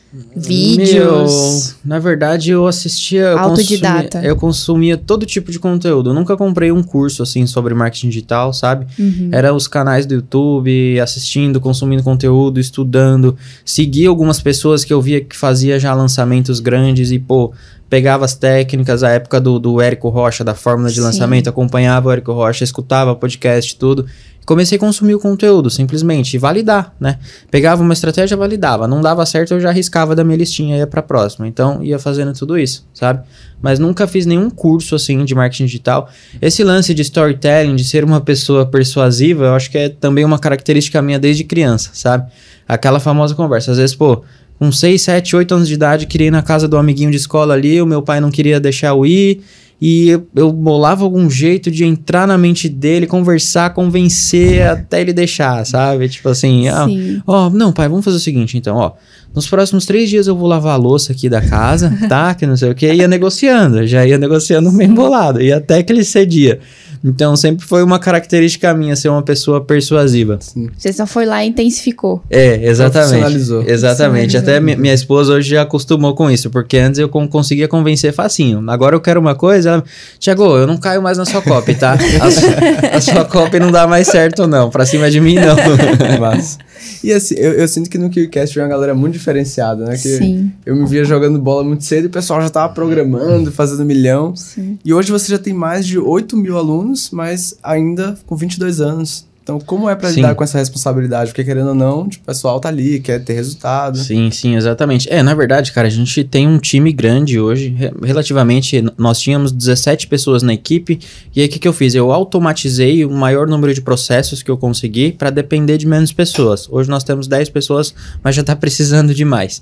Vídeos? Na verdade, eu assistia... Autodidata. Eu consumia todo tipo de conteúdo. Eu nunca comprei um curso, assim, sobre marketing digital, sabe? Era os canais do YouTube, assistindo, consumindo conteúdo, estudando. Seguia algumas pessoas que eu via que fazia já lançamentos grandes e, pegava as técnicas, a época do Érico Rocha, da fórmula de lançamento, acompanhava o Érico Rocha, escutava podcast, tudo. Comecei a consumir o conteúdo, simplesmente, e validar, né? Pegava uma estratégia, validava. Não dava certo, eu já arriscava da minha listinha e ia pra próxima. Então, ia fazendo tudo isso, sabe? Mas nunca fiz nenhum curso, assim, de marketing digital. Esse lance de storytelling, de ser uma pessoa persuasiva, eu acho que é também uma característica minha desde criança, sabe? Aquela famosa conversa. Às vezes, com 6, 7, 8 anos de idade, queria ir na casa do amiguinho de escola ali, o meu pai não queria deixar eu ir... E eu bolava algum jeito de entrar na mente dele, conversar, convencer até ele deixar, sabe? Tipo assim, não, pai, vamos fazer o seguinte, então, nos próximos 3 dias eu vou lavar a louça aqui da casa, tá? Que não sei o que, ia negociando bem bolado, e até que ele cedia. Então, sempre foi uma característica minha ser uma pessoa persuasiva. Sim. Você só foi lá e intensificou. Exatamente. Profissionalizou. Exatamente. Até minha esposa hoje já acostumou com isso, porque antes eu conseguia convencer facinho. Agora eu quero uma coisa, ela... Tiago, eu não caio mais na sua copy, tá? A sua copy não dá mais certo, não. Pra cima de mim, não. Massa. E assim, eu sinto que no KiwiCast é uma galera muito diferenciada, né? Que Sim. Eu me via jogando bola muito cedo e o pessoal já tava programando, fazendo milhão. Sim. E hoje você já tem mais de 8 mil alunos, mas ainda com 22 anos. Então, como é pra lidar com essa responsabilidade? Porque, querendo ou não, o pessoal tá ali, quer ter resultado. Sim, exatamente. Na verdade, cara, a gente tem um time grande hoje. Relativamente, nós tínhamos 17 pessoas na equipe. E aí, o que eu fiz? Eu automatizei o maior número de processos que eu consegui para depender de menos pessoas. Hoje nós temos 10 pessoas, mas já tá precisando de mais.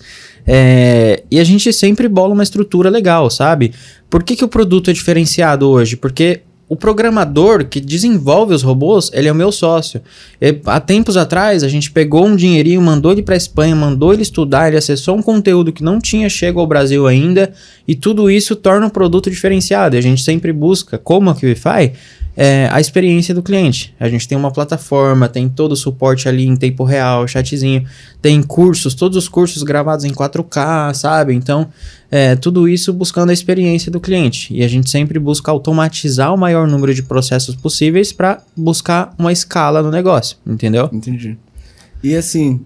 E a gente sempre bola uma estrutura legal, sabe? Por que o produto é diferenciado hoje? Porque... o programador que desenvolve os robôs, ele é o meu sócio. Há tempos atrás, a gente pegou um dinheirinho, mandou ele para a Espanha, mandou ele estudar, ele acessou um conteúdo que não tinha chego ao Brasil ainda, e tudo isso torna um produto diferenciado. E a gente sempre busca, como a QuiWi, a experiência do cliente. A gente tem uma plataforma, tem todo o suporte ali em tempo real, chatzinho, tem cursos, todos os cursos gravados em 4K, sabe? Então, tudo isso buscando a experiência do cliente. E a gente sempre busca automatizar o maior número de processos possíveis para buscar uma escala no negócio, entendeu? Entendi. E assim,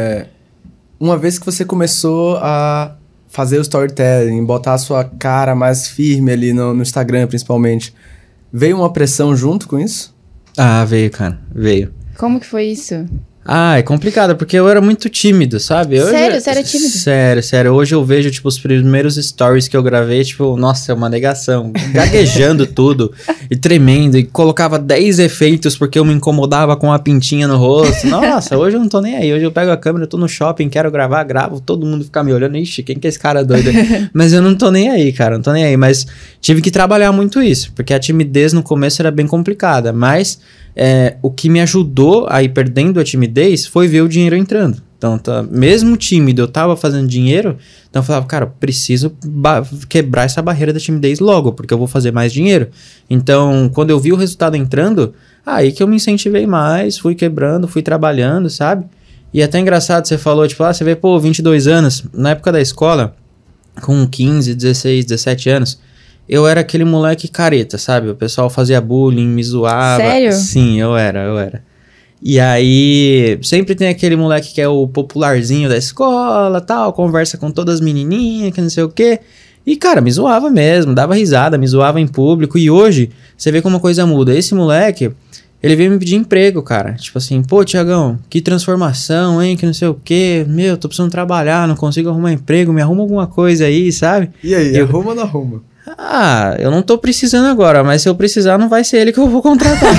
uma vez que você começou a fazer o storytelling, botar a sua cara mais firme ali no Instagram, principalmente, veio uma pressão junto com isso? Veio, cara. Veio. Como que foi isso? Ah, é complicado, porque eu era muito tímido, sabe? Sério? Você era tímido? Sério. Hoje eu vejo, tipo, os primeiros stories que eu gravei, tipo, nossa, é uma negação. Gaguejando tudo, e tremendo, e colocava 10 efeitos porque eu me incomodava com a pintinha no rosto. Nossa, hoje eu não tô nem aí. Hoje eu pego a câmera, eu tô no shopping, quero gravar, gravo, todo mundo fica me olhando. Ixi, quem que é esse cara doido? Mas eu não tô nem aí, cara, não tô nem aí. Mas tive que trabalhar muito isso, porque a timidez no começo era bem complicada, mas... o que me ajudou a ir perdendo a timidez foi ver o dinheiro entrando. Então, mesmo tímido, eu tava fazendo dinheiro, então eu falava, cara, eu preciso quebrar essa barreira da timidez logo, porque eu vou fazer mais dinheiro. Então, quando eu vi o resultado entrando, aí que eu me incentivei mais, fui quebrando, fui trabalhando, sabe? E até engraçado, você falou, tipo, você vê, 22 anos, na época da escola, com 15, 16, 17 anos, eu era aquele moleque careta, sabe? O pessoal fazia bullying, me zoava. Sério? Sim, eu era. E aí, sempre tem aquele moleque que é o popularzinho da escola, tal, conversa com todas as menininhas, que não sei o quê. E, cara, me zoava mesmo, dava risada, me zoava em público. E hoje, você vê como a coisa muda. Esse moleque, ele veio me pedir emprego, cara. Tipo assim, pô, Thiagão, que transformação, hein, que não sei o quê. Meu, tô precisando trabalhar, não consigo arrumar emprego, me arruma alguma coisa aí, sabe? E aí, arruma ou não arruma? Ah, eu não tô precisando agora, mas se eu precisar, não vai ser ele que eu vou contratar.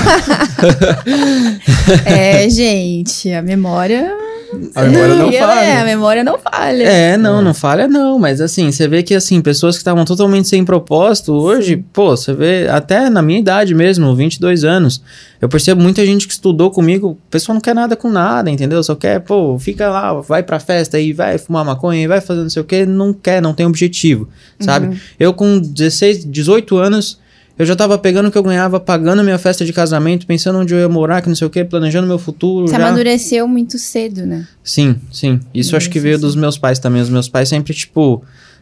Gente, a memória... A memória não falha. A memória não falha. Não falha não, mas assim, você vê que assim, pessoas que estavam totalmente sem propósito, hoje, pô, você vê, até na minha idade mesmo, 22 anos, eu percebo muita gente que estudou comigo, o pessoal não quer nada com nada, entendeu? Só quer, fica lá, vai pra festa aí, vai fumar maconha, vai fazer não sei o que, não quer, não tem objetivo, sabe? Eu com 16, 18 anos, eu já tava pegando o que eu ganhava, pagando a minha festa de casamento, pensando onde eu ia morar, que não sei o quê, planejando meu futuro. Você amadureceu muito cedo, né? Sim. Isso acho que veio dos meus pais também. Os meus pais sempre, tipo,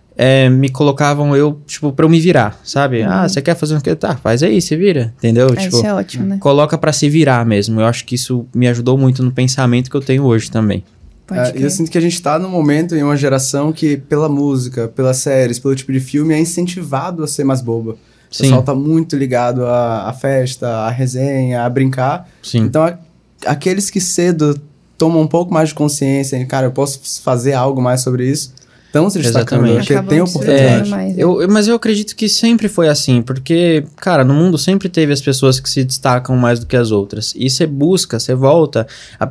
me colocavam pra eu me virar, sabe? Ah, você quer fazer o quê? Tá, faz aí, se vira, entendeu? Tipo, isso é ótimo, né? Coloca pra se virar mesmo. Eu acho que isso me ajudou muito no pensamento que eu tenho hoje também. E eu sinto que a gente tá num momento, em uma geração que, pela música, pelas séries, pelo tipo de filme, é incentivado a ser mais boba. O pessoal tá muito ligado à festa, à resenha, a brincar. Sim. Então, aqueles que cedo tomam um pouco mais de consciência, cara, eu posso fazer algo mais sobre isso, estão se destacando, porque tem oportunidade. Mas eu acredito que sempre foi assim, porque, cara, no mundo sempre teve as pessoas que se destacam mais do que as outras. E você busca, você volta,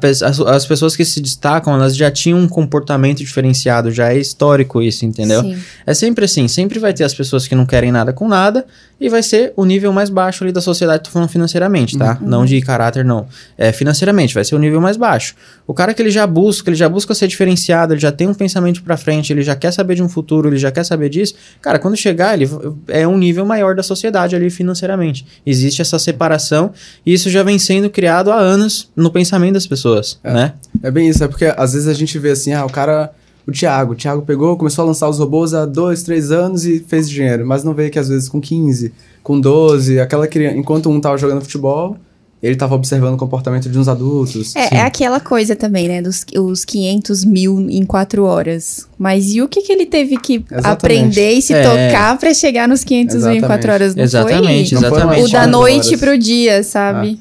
as pessoas que se destacam, elas já tinham um comportamento diferenciado, já é histórico isso, entendeu? Sim. É sempre assim, sempre vai ter as pessoas que não querem nada com nada, e vai ser o nível mais baixo ali da sociedade, tô falando financeiramente, tá? Não de caráter, não. Financeiramente, vai ser o nível mais baixo. O cara que ele já busca ser diferenciado, ele já tem um pensamento pra frente, ele já quer saber de um futuro, ele já quer saber disso, cara, quando chegar, ele é um nível maior da sociedade ali financeiramente. Existe essa separação, e isso já vem sendo criado há anos no pensamento das pessoas, né? É bem isso, porque às vezes a gente vê assim, o Thiago pegou, começou a lançar os robôs há 2, 3 anos e fez dinheiro, mas não vê que às vezes com 15, com 12, aquela criança, enquanto um tava jogando futebol, ele tava observando o comportamento de uns adultos. É aquela coisa também, né, os 500 mil em 4 horas. Mas e o que ele teve que aprender e se tocar pra chegar nos 500 mil em 4 horas? Não Exatamente. O da noite pro dia, sabe?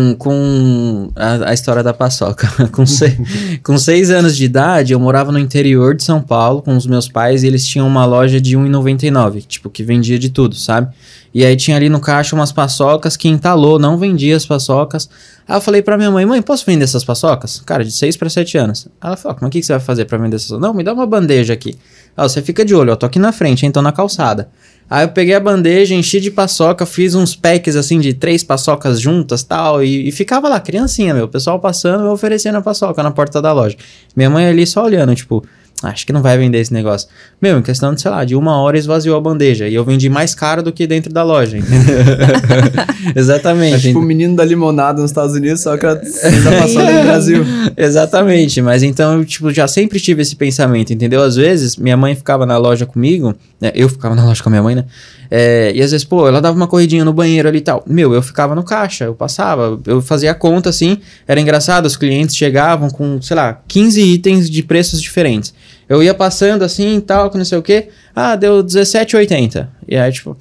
Com a história da paçoca. Com 6 anos de idade, eu morava no interior de São Paulo com os meus pais e eles tinham uma loja de R$1,99, tipo, que vendia de tudo, sabe? E aí tinha ali no caixa umas paçocas que entalou, não vendia as paçocas. Aí eu falei pra minha mãe, posso vender essas paçocas? Cara, de 6 para 7 anos. Ela falou, mas o que você vai fazer pra vender essas? Não, me dá uma bandeja aqui. Você fica de olho, tô aqui na frente, então na calçada. Aí eu peguei a bandeja, enchi de paçoca, fiz uns packs assim de 3 paçocas juntas tal, e ficava lá, criancinha, o pessoal passando, eu oferecendo a paçoca na porta da loja. Minha mãe ali só olhando, tipo... Acho que não vai vender esse negócio. Em questão de, sei lá, de 1 hora esvaziou a bandeja. E eu vendi mais caro do que dentro da loja, entendeu? Exatamente. É tipo o menino da limonada nos Estados Unidos, só que ainda passou no Brasil. Exatamente. Mas então, eu já sempre tive esse pensamento, entendeu? Às vezes, minha mãe ficava na loja comigo, eu ficava na loja com a minha mãe, né? E às vezes, ela dava uma corridinha no banheiro ali e tal. Eu ficava no caixa, eu passava, eu fazia a conta assim. Era engraçado, os clientes chegavam com, sei lá, 15 itens de preços diferentes. Eu ia passando assim e tal, que não sei o quê. deu 17,80. E aí, tipo,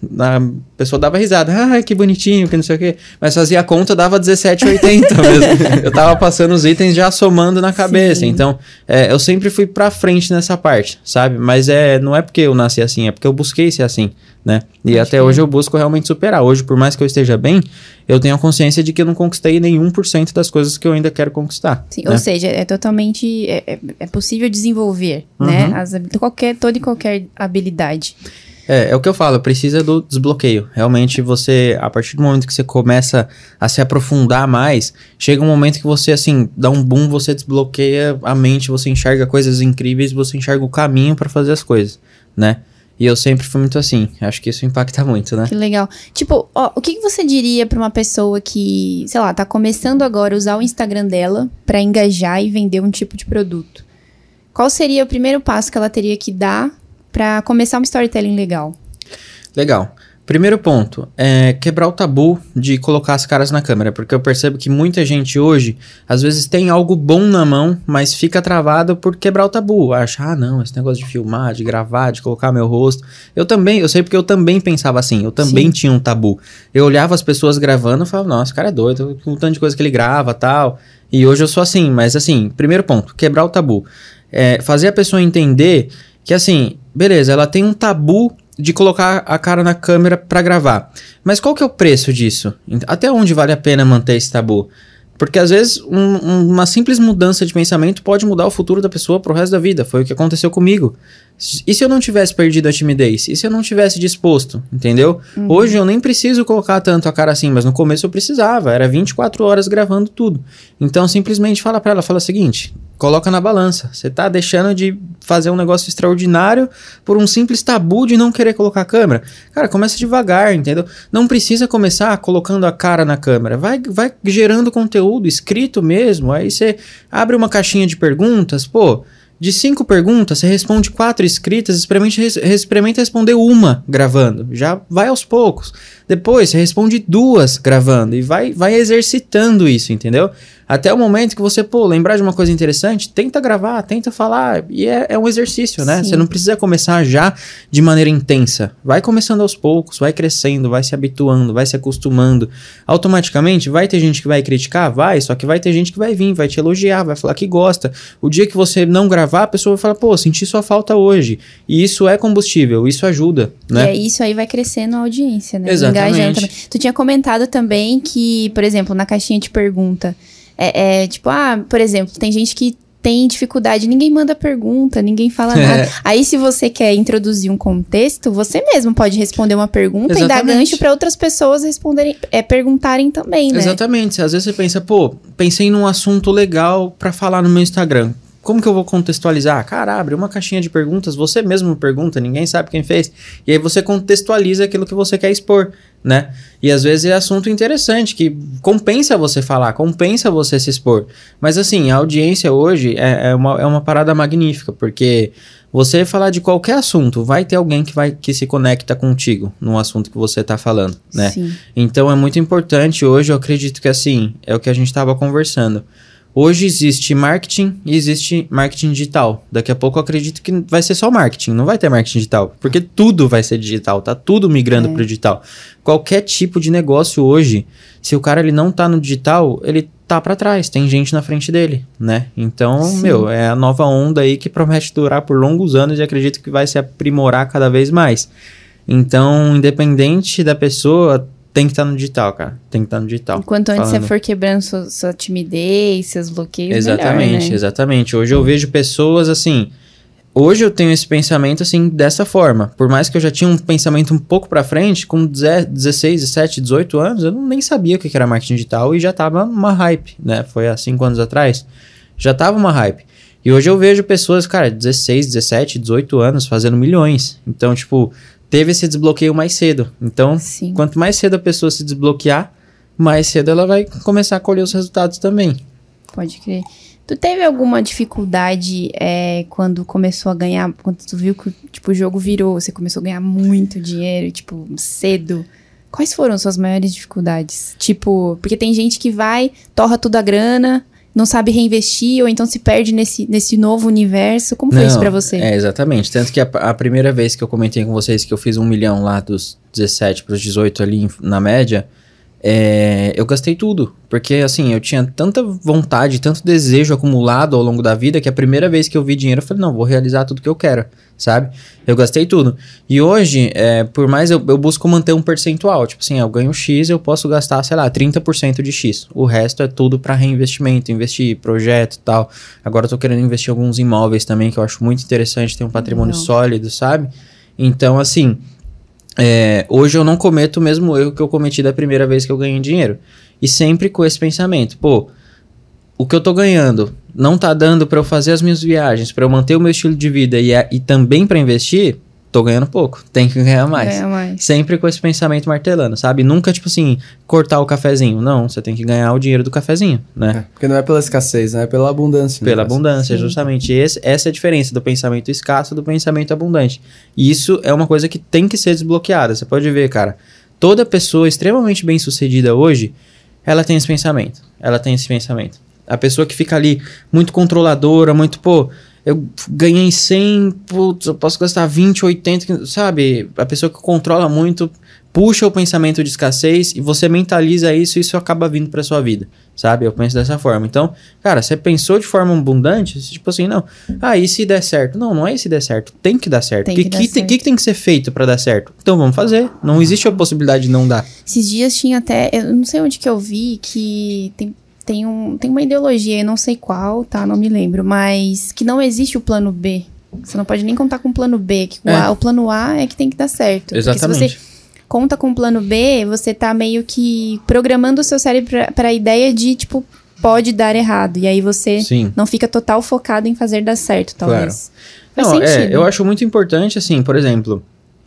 a pessoa dava risada. Que bonitinho, que não sei o quê. Mas fazia a conta, dava 17,80 mesmo. Eu tava passando os itens já somando na cabeça. Sim. Então, eu sempre fui pra frente nessa parte, sabe? Mas não é porque eu nasci assim, é porque eu busquei ser assim, né? E até hoje eu busco realmente superar. Hoje, por mais que eu esteja bem, eu tenho a consciência de que eu não conquistei nenhum por cento das coisas que eu ainda quero conquistar. Sim, né? Ou seja, é totalmente... É possível desenvolver, né? Toda e qualquer habilidade. É o que eu falo, precisa do desbloqueio. Realmente você, a partir do momento que você começa a se aprofundar mais, chega um momento que você, assim, dá um boom, você desbloqueia a mente, você enxerga coisas incríveis, você enxerga o caminho para fazer as coisas, né? E eu sempre fui muito assim. Acho que isso impacta muito, né? Que legal. Tipo, o que você diria pra uma pessoa que, sei lá, tá começando agora a usar o Instagram dela pra engajar e vender um tipo de produto? Qual seria o primeiro passo que ela teria que dar pra começar um storytelling legal? Legal. Primeiro ponto, é quebrar o tabu de colocar as caras na câmera, porque eu percebo que muita gente hoje, às vezes tem algo bom na mão, mas fica travado por quebrar o tabu. Acha, não, esse negócio de filmar, de gravar, de colocar meu rosto. Eu sei porque eu também pensava assim, eu também tinha um tabu. Eu olhava as pessoas gravando e falava, nossa, esse cara é doido, com um tanto de coisa que ele grava e tal. E hoje eu sou assim, mas assim, primeiro ponto, quebrar o tabu. Fazer a pessoa entender que assim, beleza, ela tem um tabu de colocar a cara na câmera pra gravar. Mas qual que é o preço disso? Até onde vale a pena manter esse tabu? Porque às vezes uma simples mudança de pensamento pode mudar o futuro da pessoa pro resto da vida. Foi o que aconteceu comigo. E se eu não tivesse perdido a timidez? E se eu não tivesse disposto? Entendeu? Hoje eu nem preciso colocar tanto a cara assim, mas no começo eu precisava. Era 24 horas gravando tudo. Então simplesmente fala pra ela, fala o seguinte... Coloca na balança. Você tá deixando de fazer um negócio extraordinário por um simples tabu de não querer colocar a câmera. Cara, começa devagar, entendeu? Não precisa começar colocando a cara na câmera. Vai gerando conteúdo escrito mesmo. Aí você abre uma caixinha de perguntas. Pô, de 5 perguntas, você responde 4 escritas. Experimenta responder uma gravando. Já vai aos poucos. Depois você responde 2 gravando. E vai exercitando isso, entendeu? Até o momento que você, lembrar de uma coisa interessante, tenta gravar, tenta falar, e é um exercício, né? Sim. Você não precisa começar já de maneira intensa. Vai começando aos poucos, vai crescendo, vai se habituando, vai se acostumando. Automaticamente, vai ter gente que vai criticar? Vai, só que vai ter gente que vai vir, vai te elogiar, vai falar que gosta. O dia que você não gravar, a pessoa vai falar, senti sua falta hoje. E isso é combustível, isso ajuda, né? E isso aí vai crescendo a audiência, né? Exatamente. Engajando também. Tu tinha comentado também que, por exemplo, na caixinha de pergunta... tipo, por exemplo, tem gente que tem dificuldade, ninguém manda pergunta, ninguém fala nada. Aí, se você quer introduzir um contexto, você mesmo pode responder uma pergunta. Exatamente. E dar gancho para outras pessoas perguntarem também, né? Exatamente. Às vezes você pensa, pensei num assunto legal para falar no meu Instagram. Como que eu vou contextualizar? Cara, abre uma caixinha de perguntas, você mesmo pergunta, ninguém sabe quem fez. E aí você contextualiza aquilo que você quer expor, né? E às vezes é assunto interessante, que compensa você falar, compensa você se expor. Mas assim, a audiência hoje é uma parada magnífica, porque você falar de qualquer assunto, vai ter alguém que se conecta contigo no assunto que você tá falando, né? Sim. Então é muito importante hoje, eu acredito que assim, é o que a gente tava conversando. Hoje existe marketing e existe marketing digital. Daqui a pouco eu acredito que vai ser só marketing, não vai ter marketing digital. Porque tudo vai ser digital, tá tudo migrando pro digital. Qualquer tipo de negócio hoje, se o cara ele não tá no digital, ele tá pra trás, tem gente na frente dele, né? Então, é a nova onda aí que promete durar por longos anos e acredito que vai se aprimorar cada vez mais. Então, independente da pessoa... Tem que estar no digital, cara. Tem que estar no digital. Quanto antes você for quebrando sua timidez, seus bloqueios, exatamente, melhor, né? Exatamente. Hoje eu vejo pessoas assim... Hoje eu tenho esse pensamento assim, dessa forma. Por mais que eu já tinha um pensamento um pouco pra frente, com 16, 17, 18 anos, eu nem sabia o que era marketing digital e já tava uma hype, né? Foi há 5 anos atrás. Já tava uma hype. E hoje eu vejo pessoas, cara, 16, 17, 18 anos fazendo milhões. Então, tipo... Teve esse desbloqueio mais cedo. Então, quanto mais cedo a pessoa se desbloquear, mais cedo ela vai começar a colher os resultados também. Pode crer. Tu teve alguma dificuldade quando começou a ganhar... Quando tu viu que o jogo virou, você começou a ganhar muito dinheiro, cedo? Quais foram suas maiores dificuldades? Porque tem gente que vai, torra toda a grana, não sabe reinvestir, ou então se perde nesse novo universo. Como foi isso pra você? Exatamente. Tanto que a primeira vez que eu comentei com vocês que eu fiz 1 milhão lá dos 17 pros 18 ali na média, eu gastei tudo. Porque, assim, eu tinha tanta vontade, tanto desejo acumulado ao longo da vida, que a primeira vez que eu vi dinheiro, eu falei, não, vou realizar tudo que eu quero, sabe? Eu gastei tudo. E hoje, por mais eu busco manter um percentual. Tipo assim, eu ganho X, eu posso gastar, sei lá, 30% de X. O resto é tudo para reinvestimento, investir, projeto e tal. Agora eu tô querendo investir em alguns imóveis também, que eu acho muito interessante, ter um patrimônio sólido, sabe? Então, assim... hoje eu não cometo o mesmo erro que eu cometi da primeira vez que eu ganhei dinheiro. E sempre com esse pensamento, pô, o que eu tô ganhando não tá dando pra eu fazer as minhas viagens, pra eu manter o meu estilo de vida e também pra investir, tô ganhando pouco, tem que ganhar mais. Sempre com esse pensamento martelando, sabe? Nunca, tipo assim, cortar o cafezinho. Não, você tem que ganhar o dinheiro do cafezinho, né? Porque não é pela escassez, né? É pela abundância. Pela abundância, justamente. Essa é a diferença do pensamento escasso do pensamento abundante. E isso é uma coisa que tem que ser desbloqueada. Você pode ver, cara, toda pessoa extremamente bem-sucedida hoje, ela tem esse pensamento. A pessoa que fica ali muito controladora, muito, pô... Eu ganhei 100, putz, eu posso gastar 20, 80, sabe? A pessoa que controla muito, puxa o pensamento de escassez e você mentaliza isso e isso acaba vindo pra sua vida, sabe? Eu penso dessa forma. Então, cara, você pensou de forma abundante, tipo assim, não, e se der certo? Não, não é se der certo, tem que dar certo. O que tem que ser feito pra dar certo? Então vamos fazer, não existe a possibilidade de não dar. Esses dias tinha até, eu não sei onde que eu vi, que tem uma ideologia, eu não sei qual, tá? Não me lembro, mas que não existe o plano B. Você não pode nem contar com o plano B, que o plano A é que tem que dar certo. Exatamente. Porque se você conta com o plano B, você tá meio que programando o seu cérebro pra ideia de, tipo, pode dar errado. E aí você não fica total focado em fazer dar certo, talvez. Claro. Não, eu acho muito importante, assim, por exemplo,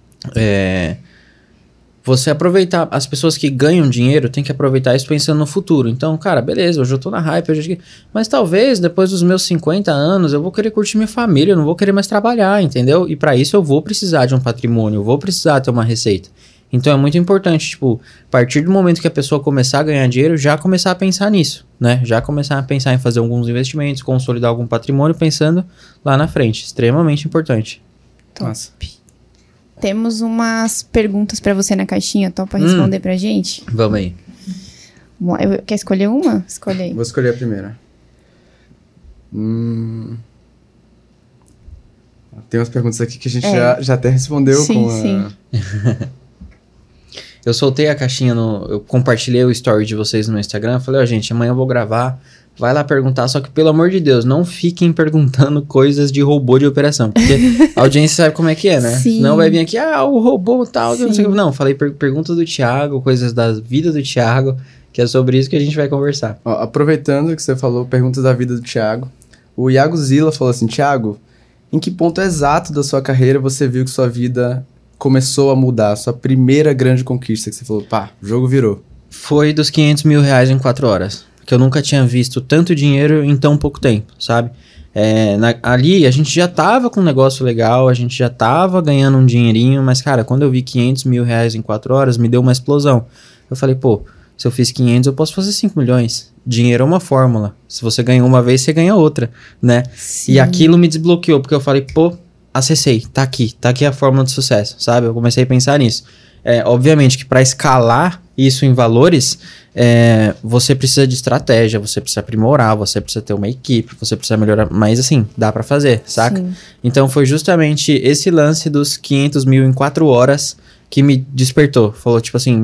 você aproveitar, as pessoas que ganham dinheiro tem que aproveitar isso pensando no futuro. Então, cara, beleza, hoje eu tô na hype, mas talvez depois dos meus 50 anos eu vou querer curtir minha família, eu não vou querer mais trabalhar, entendeu? E pra isso eu vou precisar de um patrimônio, eu vou precisar ter uma receita. Então é muito importante, tipo, a partir do momento que a pessoa começar a ganhar dinheiro, já começar a pensar nisso, né? Já começar a pensar em fazer alguns investimentos, consolidar algum patrimônio, pensando lá na frente. Extremamente importante. Nossa. Temos umas perguntas pra você na caixinha, topa responder pra gente? Vamos aí. Quer escolher uma? Escolhe aí. Vou escolher a primeira. Tem umas perguntas aqui que a gente já até respondeu com a... Sim. Eu soltei a caixinha eu compartilhei o story de vocês no meu Instagram, falei, gente, amanhã eu vou gravar, vai lá perguntar, só que pelo amor de Deus, não fiquem perguntando coisas de robô de operação, porque a audiência sabe como é que é, né? Sim. Não vai vir aqui, o robô tal, não sei o que. Não, falei perguntas do Thiago, coisas da vida do Thiago, que é sobre isso que a gente vai conversar. Aproveitando que você falou perguntas da vida do Thiago, o Iago Zila falou assim, Thiago, em que ponto exato da sua carreira você viu que sua vida começou a mudar, sua primeira grande conquista que você falou, o jogo virou? Foi dos 500 mil reais em 4 horas. Que eu nunca tinha visto tanto dinheiro em tão pouco tempo, sabe? Ali a gente já tava com um negócio legal, a gente já tava ganhando um dinheirinho, mas cara, quando eu vi 500 mil reais em 4 horas, me deu uma explosão. Eu falei, se eu fiz 500, eu posso fazer 5 milhões. Dinheiro é uma fórmula. Se você ganha uma vez, você ganha outra, né? Sim. E aquilo me desbloqueou, porque eu falei, acessei, tá aqui a fórmula de sucesso, sabe? Eu comecei a pensar nisso. Obviamente que para escalar isso em valores, você precisa de estratégia, você precisa aprimorar, você precisa ter uma equipe, você precisa melhorar, mas assim, dá para fazer, saca? Sim. Então foi justamente esse lance dos 500 mil em 4 horas que me despertou. Falou tipo assim,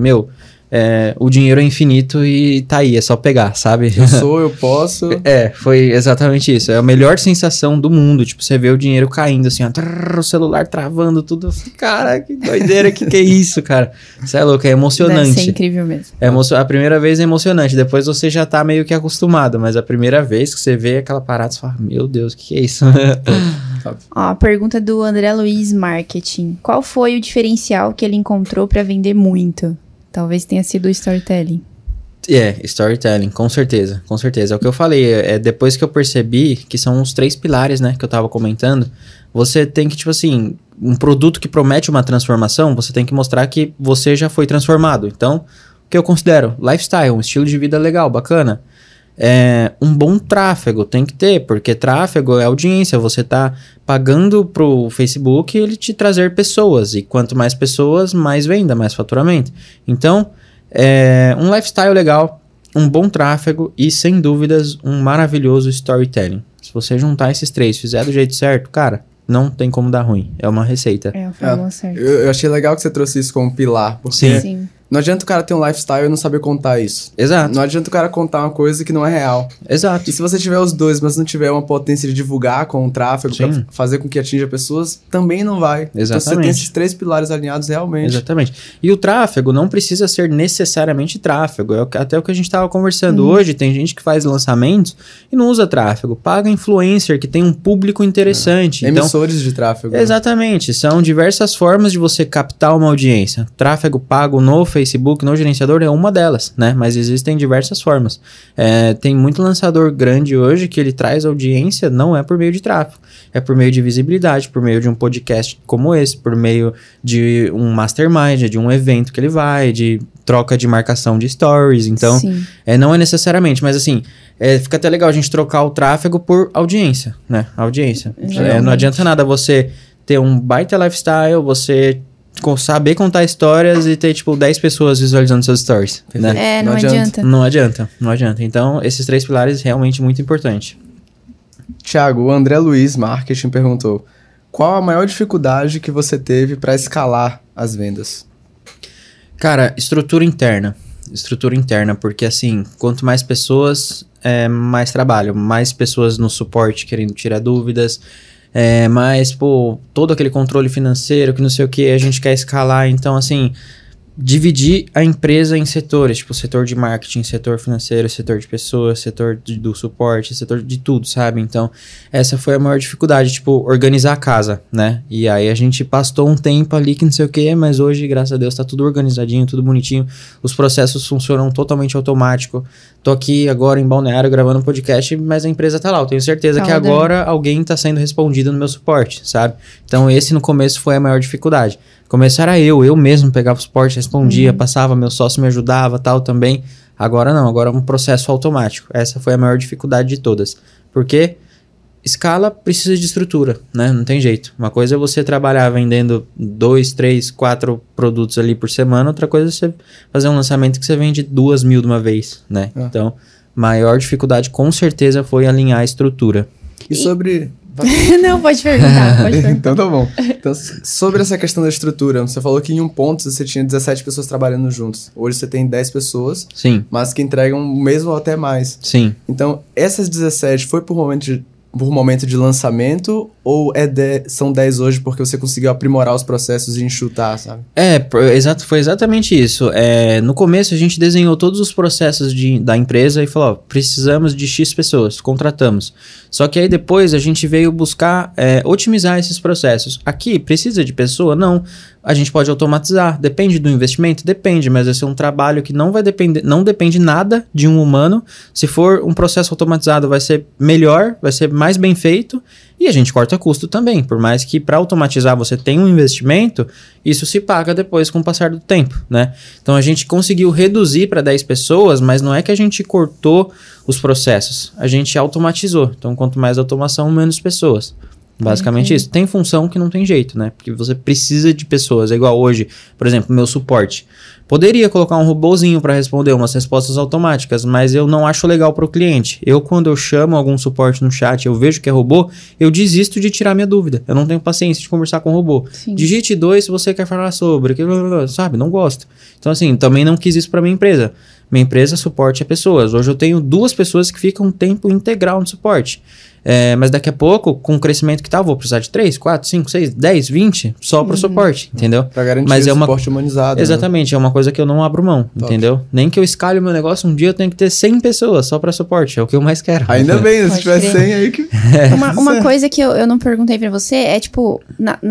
o dinheiro é infinito e tá aí, é só pegar, sabe? Eu posso. Foi exatamente isso. É a melhor sensação do mundo. Tipo, você vê o dinheiro caindo assim, o celular travando, tudo. Cara, que doideira, que é isso, cara? Você é louco, é emocionante. Deve ser incrível mesmo. A primeira vez é emocionante, depois você já tá meio que acostumado, mas a primeira vez que você vê aquela parada, você fala, meu Deus, que é isso? A pergunta do André Luiz Marketing. Qual foi o diferencial que ele encontrou pra vender muito? Talvez tenha sido o storytelling. Storytelling, com certeza. É o que eu falei, depois que eu percebi que são os 3 pilares, né, que eu tava comentando, você tem que, tipo assim, um produto que promete uma transformação, você tem que mostrar que você já foi transformado. Então, o que eu considero? Lifestyle, um estilo de vida legal, bacana. um bom tráfego tem que ter, porque tráfego é audiência, você tá pagando pro Facebook ele te trazer pessoas, e quanto mais pessoas, mais venda, mais faturamento. Então, um lifestyle legal, um bom tráfego e, sem dúvidas, um maravilhoso storytelling. Se você juntar esses três, fizer do jeito certo, cara, não tem como dar ruim. É uma receita. É a fórmula certa. Eu achei legal que você trouxe isso como pilar, porque Sim. não adianta o cara ter um lifestyle e não saber contar isso. Exato. Não adianta o cara contar uma coisa que não é real. Exato. E se você tiver os dois, mas não tiver uma potência de divulgar com o tráfego, pra fazer com que atinja pessoas, também não vai. Exatamente. Então você tem esses três pilares alinhados realmente. Exatamente. E o tráfego não precisa ser necessariamente tráfego. É até o que a gente estava conversando hoje. Tem gente que faz lançamentos e não usa tráfego. Paga influencer que tem um público interessante. Então, emissores de tráfego. Exatamente. São diversas formas de você captar uma audiência. Tráfego pago no Facebook, no gerenciador, é uma delas, né? Mas existem diversas formas. Tem muito lançador grande hoje que ele traz audiência, não é por meio de tráfego. É por meio de visibilidade, por meio de um podcast como esse, por meio de um mastermind, de um evento que ele vai, de troca de marcação de stories. Então, não é necessariamente, mas assim, fica até legal a gente trocar o tráfego por audiência, né? Audiência. Não adianta nada você ter um baita lifestyle, você saber contar histórias e ter, tipo, 10 pessoas visualizando seus stories, né? Não adianta. Não adianta. Então, esses três pilares realmente muito importante. Thiago, o André Luiz Marketing perguntou: qual a maior dificuldade que você teve para escalar as vendas? Cara, estrutura interna, porque assim, quanto mais pessoas, mais trabalho, mais pessoas no suporte querendo tirar dúvidas, mas, todo aquele controle financeiro, que não sei o que, a gente quer escalar. Então, assim, dividir a empresa em setores, tipo, setor de marketing, setor financeiro, setor de pessoas, setor do suporte, setor de tudo, sabe? Então, essa foi a maior dificuldade, tipo, organizar a casa, né? E aí a gente pastou um tempo ali que não sei o que, mas hoje, graças a Deus, tá tudo organizadinho, tudo bonitinho, os processos funcionam totalmente automático. Tô aqui agora em Balneário gravando um podcast, mas a empresa tá lá. Eu tenho certeza que agora alguém tá sendo respondido no meu suporte, sabe? Então, esse no começo foi a maior dificuldade. Começo era eu mesmo pegava o suporte, respondia, passava, meu sócio me ajudava, tal, também. Agora não, agora é um processo automático. Essa foi a maior dificuldade de todas. Porque escala precisa de estrutura, né? Não tem jeito. Uma coisa é você trabalhar vendendo 2, 3, 4 produtos ali por semana, outra coisa é você fazer um lançamento que você vende 2.000 de uma vez, né? Então, maior dificuldade com certeza foi alinhar a estrutura. E sobre... Não, pode perguntar. Então tá bom. Então, sobre essa questão da estrutura, você falou que em um ponto você tinha 17 pessoas trabalhando juntos. Hoje você tem 10 pessoas, sim, mas que entregam o mesmo ou até mais. Sim. Então, essas 17 foi por momento de lançamento ou são 10 hoje porque você conseguiu aprimorar os processos e enxutar, sabe? Foi exatamente isso. No começo a gente desenhou todos os processos da empresa e falou, precisamos de X pessoas, contratamos. Só que aí depois a gente veio buscar otimizar esses processos. Aqui, precisa de pessoa? Não. A gente pode automatizar. Depende do investimento? Depende, mas vai ser um trabalho que não depende nada de um humano. Se for um processo automatizado, vai ser melhor, vai ser mais bem feito e a gente corta custo também. Por mais que para automatizar você tenha um investimento, isso se paga depois com o passar do tempo, né? Então a gente conseguiu reduzir para 10 pessoas, mas não é que a gente cortou os processos, a gente automatizou. Então quanto mais automação, menos pessoas. Basicamente isso. Tem função que não tem jeito, né? Porque você precisa de pessoas. É igual hoje, por exemplo, meu suporte. Poderia colocar um robozinho para responder umas respostas automáticas, mas eu não acho legal para o cliente. Quando eu chamo algum suporte no chat, eu vejo que é robô, eu desisto de tirar minha dúvida. Eu não tenho paciência de conversar com o robô. Sim. Digite 2 se você quer falar sobre, sabe? Não gosto. Então, assim, também não quis isso para minha empresa. Minha empresa suporte a pessoas. Hoje eu tenho 2 pessoas que ficam tempo integral no suporte. Mas daqui a pouco, com o crescimento que tá, eu vou precisar de 3, 4, 5, 6, 10, 20 só pro suporte, entendeu? Pra garantir o suporte humanizado. Exatamente, é uma coisa que eu não abro mão, entendeu? Nem que eu escalhe o meu negócio, um dia eu tenho que ter 100 pessoas só pra suporte, é o que eu mais quero. Ainda bem, se tiver 100 aí que... Uma coisa que eu não perguntei pra você é, tipo,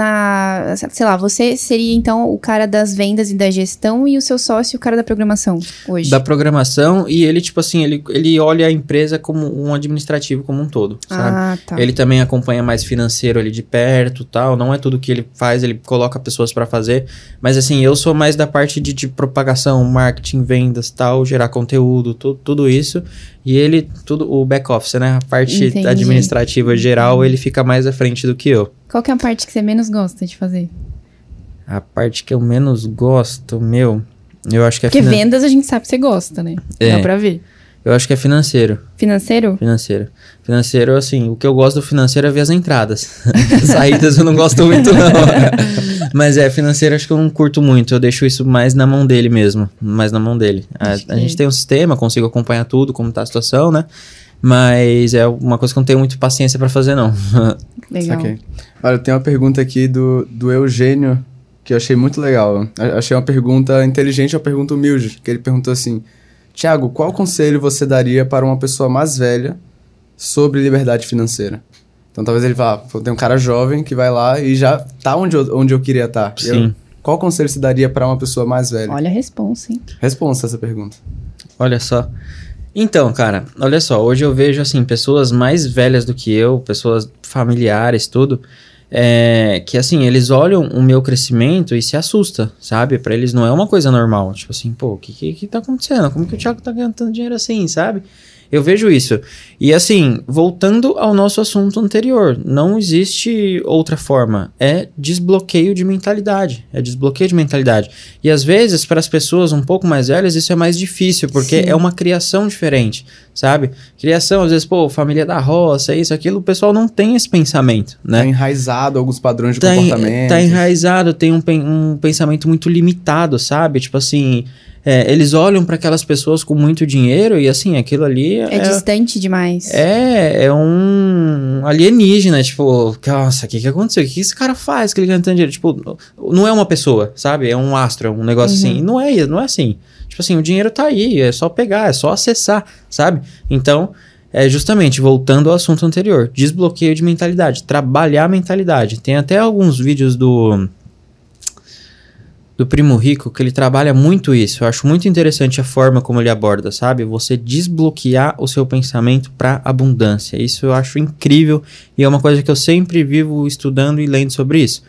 sei lá, você seria, então, o cara das vendas e da gestão e o seu sócio o cara da programação hoje? Da programação e ele, tipo assim, ele olha a empresa como um administrativo como um todo, sabe? tá. Ele também acompanha mais financeiro ali de perto, tal. Não é tudo que ele faz, ele coloca pessoas pra fazer. Mas assim, eu sou mais da parte de propagação, marketing, vendas, tal, gerar conteúdo, tudo isso. E ele, o back office, né? A parte Entendi. administrativa geral, ele fica mais à frente do que eu. Qual que é a parte que você menos gosta de fazer? A parte que eu menos gosto, eu acho que é Porque vendas a gente sabe que você gosta, né? Dá pra ver. Eu acho que é financeiro. Financeiro? Financeiro, assim, o que eu gosto do financeiro é ver as entradas. Saídas eu não gosto muito, não. Mas financeiro acho que eu não curto muito. Eu deixo isso mais na mão dele mesmo. Mais na mão dele. A gente tem um sistema, consigo acompanhar tudo, como tá a situação, né? Mas é uma coisa que eu não tenho muito paciência pra fazer, não. Legal. Okay. Olha, eu tenho uma pergunta aqui do Eugênio, que eu achei muito legal. Achei uma pergunta inteligente, uma pergunta humilde. Que ele perguntou assim: Thiago, qual conselho você daria para uma pessoa mais velha sobre liberdade financeira? Então talvez ele vá, tem um cara jovem que vai lá e já tá onde eu queria estar. Sim. Qual conselho você daria para uma pessoa mais velha? Olha a responsa, hein? Responsa essa pergunta. Olha só. Então, cara, olha só. Hoje eu vejo, assim, pessoas mais velhas do que eu, pessoas familiares, tudo, que, assim, eles olham o meu crescimento e se assusta, sabe? Pra eles não é uma coisa normal. Tipo assim, pô, o que tá acontecendo? Como que o Thiago tá ganhando tanto dinheiro assim, sabe? Eu vejo isso. E assim, voltando ao nosso assunto anterior, não existe outra forma. É desbloqueio de mentalidade. E às vezes, para as pessoas um pouco mais velhas, isso é mais difícil, porque é uma criação diferente, sabe? Criação, às vezes, pô, família da roça, isso, aquilo, o pessoal não tem esse pensamento, né? Tá enraizado alguns padrões de comportamento. Tá enraizado, tem um pensamento muito limitado, sabe? Tipo assim... eles olham para aquelas pessoas com muito dinheiro e assim, aquilo ali é distante demais. É um alienígena, tipo, nossa, o que aconteceu? O que esse cara faz que ele ganha tanto dinheiro? Tipo, não é uma pessoa, sabe? É um astro, é um negócio assim. Não é assim. Tipo assim, o dinheiro tá aí, é só pegar, é só acessar, sabe? Então, justamente, voltando ao assunto anterior, desbloqueio de mentalidade, trabalhar a mentalidade. Tem até alguns vídeos do Primo Rico, que ele trabalha muito isso. Eu acho muito interessante a forma como ele aborda, sabe? Você desbloquear o seu pensamento para abundância. Isso eu acho incrível e é uma coisa que eu sempre vivo estudando e lendo sobre isso.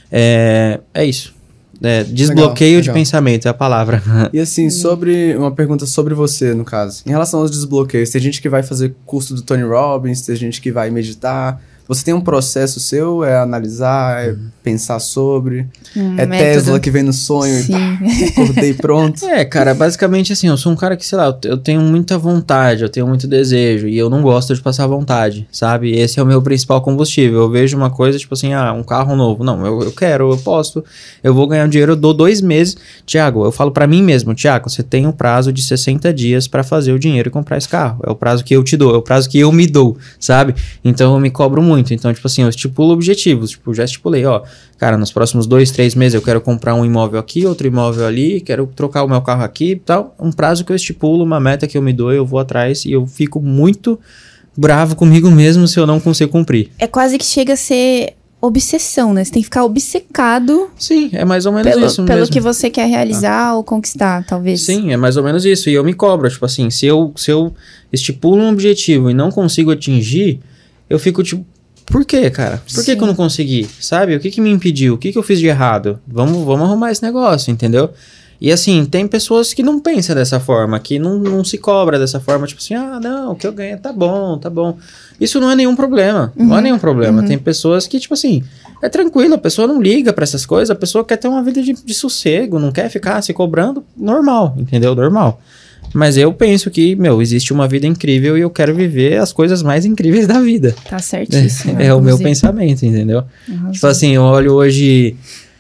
É isso. Desbloqueio de pensamento é a palavra. E assim, uma pergunta sobre você, no caso. Em relação aos desbloqueios, tem gente que vai fazer curso do Tony Robbins, tem gente que vai meditar... Você tem um processo seu? É analisar, pensar sobre? Tesla que vem no sonho e pá, acordei pronto? Cara, basicamente assim, eu sou um cara que, sei lá, eu tenho muita vontade, eu tenho muito desejo e eu não gosto de passar vontade, sabe? Esse é o meu principal combustível. Eu vejo uma coisa, tipo assim, um carro novo. Não, eu quero, eu posso, eu vou ganhar dinheiro, eu dou 2 meses. Thiago, eu falo pra mim mesmo, Thiago, você tem um prazo de 60 dias pra fazer o dinheiro e comprar esse carro. É o prazo que eu te dou, é o prazo que eu me dou, sabe? Então eu me cobro muito. Então, tipo assim, eu estipulo objetivos. Tipo, já estipulei, cara, nos próximos 2, 3 meses eu quero comprar um imóvel aqui, outro imóvel ali, quero trocar o meu carro aqui e tal. Um prazo que eu estipulo, uma meta que eu me dou, eu vou atrás e eu fico muito bravo comigo mesmo se eu não consigo cumprir. É quase que chega a ser obsessão, né? Você tem que ficar obcecado. Sim, é mais ou menos isso mesmo. Pelo que você quer realizar ou conquistar, talvez. Sim, é mais ou menos isso. E eu me cobro, tipo assim, se eu estipulo um objetivo e não consigo atingir, eu fico tipo, por quê, cara? Por que eu não consegui? Sabe? O que me impediu? O que eu fiz de errado? Vamos arrumar esse negócio, entendeu? E assim, tem pessoas que não pensam dessa forma, que não se cobra dessa forma, tipo assim, não, o que eu ganho tá bom. Isso não é nenhum problema, não é nenhum problema. Tem pessoas que, tipo assim, é tranquilo, a pessoa não liga pra essas coisas, a pessoa quer ter uma vida de sossego, não quer ficar se cobrando, normal, entendeu? Normal. Mas eu penso que, existe uma vida incrível e eu quero viver as coisas mais incríveis da vida. Tá certíssimo. É o meu pensamento, entendeu? Tipo assim, eu olho hoje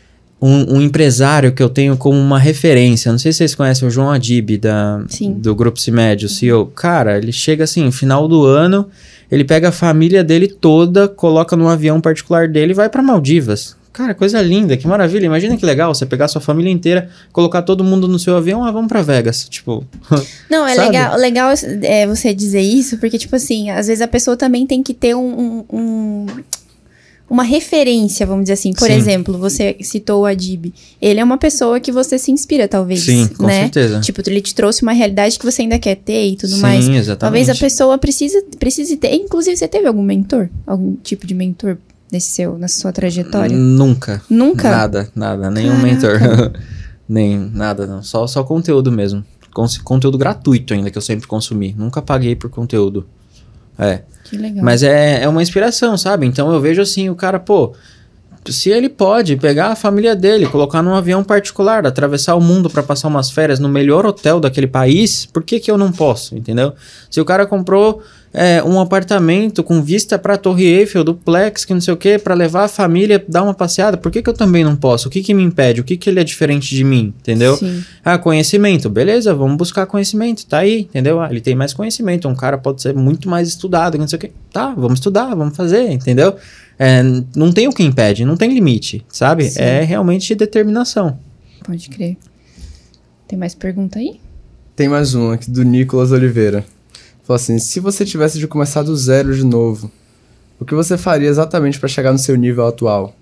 um empresário que eu tenho como uma referência. Não sei se vocês conhecem o João Adib, do Grupo CIMED, o CEO. Cara, ele chega assim, final do ano, ele pega a família dele toda, coloca num avião particular dele e vai pra Maldivas. Cara, coisa linda, que maravilha. Imagina que legal você pegar sua família inteira, colocar todo mundo no seu avião, vamos pra Vegas, tipo... Não, é legal você dizer isso, porque, tipo assim, às vezes a pessoa também tem que ter um uma referência, vamos dizer assim. Por Sim. exemplo, você citou o Adib. Ele é uma pessoa que você se inspira, talvez. Sim, com né? certeza. Tipo, ele te trouxe uma realidade que você ainda quer ter e tudo Sim, mais. exatamente. Talvez a pessoa precise ter. Inclusive, você teve algum mentor? Algum tipo de mentor na sua trajetória? Nunca. Nunca? Nada. Nenhum Caraca. mentor. Nem nada, não. Só conteúdo mesmo. Conteúdo gratuito ainda, que eu sempre consumi. Nunca paguei por conteúdo. Que legal. Mas é uma inspiração, sabe? Então eu vejo assim, o cara, pô, se ele pode pegar a família dele, colocar num avião particular, atravessar o mundo pra passar umas férias no melhor hotel daquele país, por que eu não posso, entendeu? Se o cara comprou um apartamento com vista pra Torre Eiffel, duplex, que não sei o que, pra levar a família, dar uma passeada, por que eu também não posso? O que me impede? O que ele é diferente de mim, entendeu? Sim. Conhecimento, beleza, vamos buscar conhecimento, tá aí, entendeu? Ele tem mais conhecimento, um cara pode ser muito mais estudado, não sei o que, tá, vamos estudar, vamos fazer, entendeu? Não tem o que impede, não tem limite, sabe? Sim. É realmente determinação. Pode crer. Tem mais pergunta aí? Tem mais uma aqui do Nicolas Oliveira. Falou assim, se você tivesse de começar do zero de novo, o que você faria exatamente para chegar no seu nível atual?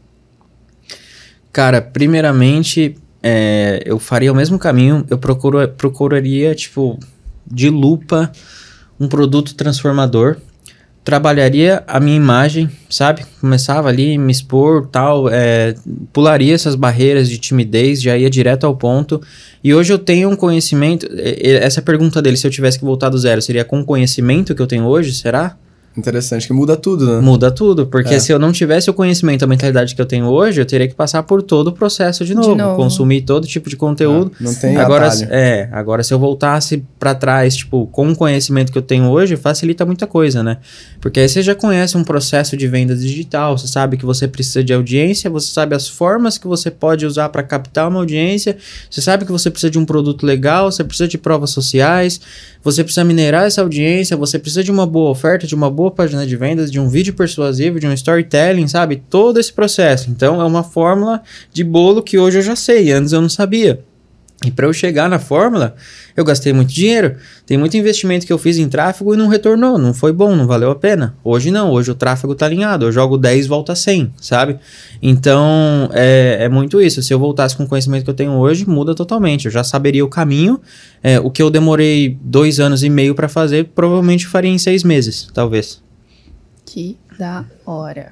Cara, primeiramente, eu faria o mesmo caminho, eu procuraria, tipo, de lupa, um produto transformador, trabalharia a minha imagem, sabe? Começava ali, me expor, tal, pularia essas barreiras de timidez, já ia direto ao ponto. E hoje eu tenho um conhecimento, essa pergunta dele, se eu tivesse que voltar do zero, seria com o conhecimento que eu tenho hoje, será? Interessante, que muda tudo, né? Muda tudo, porque se eu não tivesse o conhecimento, a mentalidade que eu tenho hoje, eu teria que passar por todo o processo de novo. Consumir todo tipo de conteúdo. Não tem agora, atalho. agora se eu voltasse pra trás, tipo, com o conhecimento que eu tenho hoje, facilita muita coisa, né? Porque aí você já conhece um processo de venda digital, você sabe que você precisa de audiência, você sabe as formas que você pode usar para captar uma audiência, você sabe que você precisa de um produto legal, você precisa de provas sociais, você precisa minerar essa audiência, você precisa de uma boa oferta, de uma boa página de vendas, de um vídeo persuasivo, de um storytelling, sabe? Todo esse processo. Então, é uma fórmula de bolo que hoje eu já sei, antes eu não sabia. E para eu chegar na fórmula, eu gastei muito dinheiro. Tem muito investimento que eu fiz em tráfego e não retornou, não foi bom, não valeu a pena. Hoje não, hoje o tráfego tá alinhado, eu jogo 10, volta 100, sabe? Então, é muito isso. Se eu voltasse com o conhecimento que eu tenho hoje, muda totalmente. Eu já saberia o caminho. O que eu demorei 2 anos e meio para fazer, provavelmente eu faria em 6 meses, talvez. Que da hora.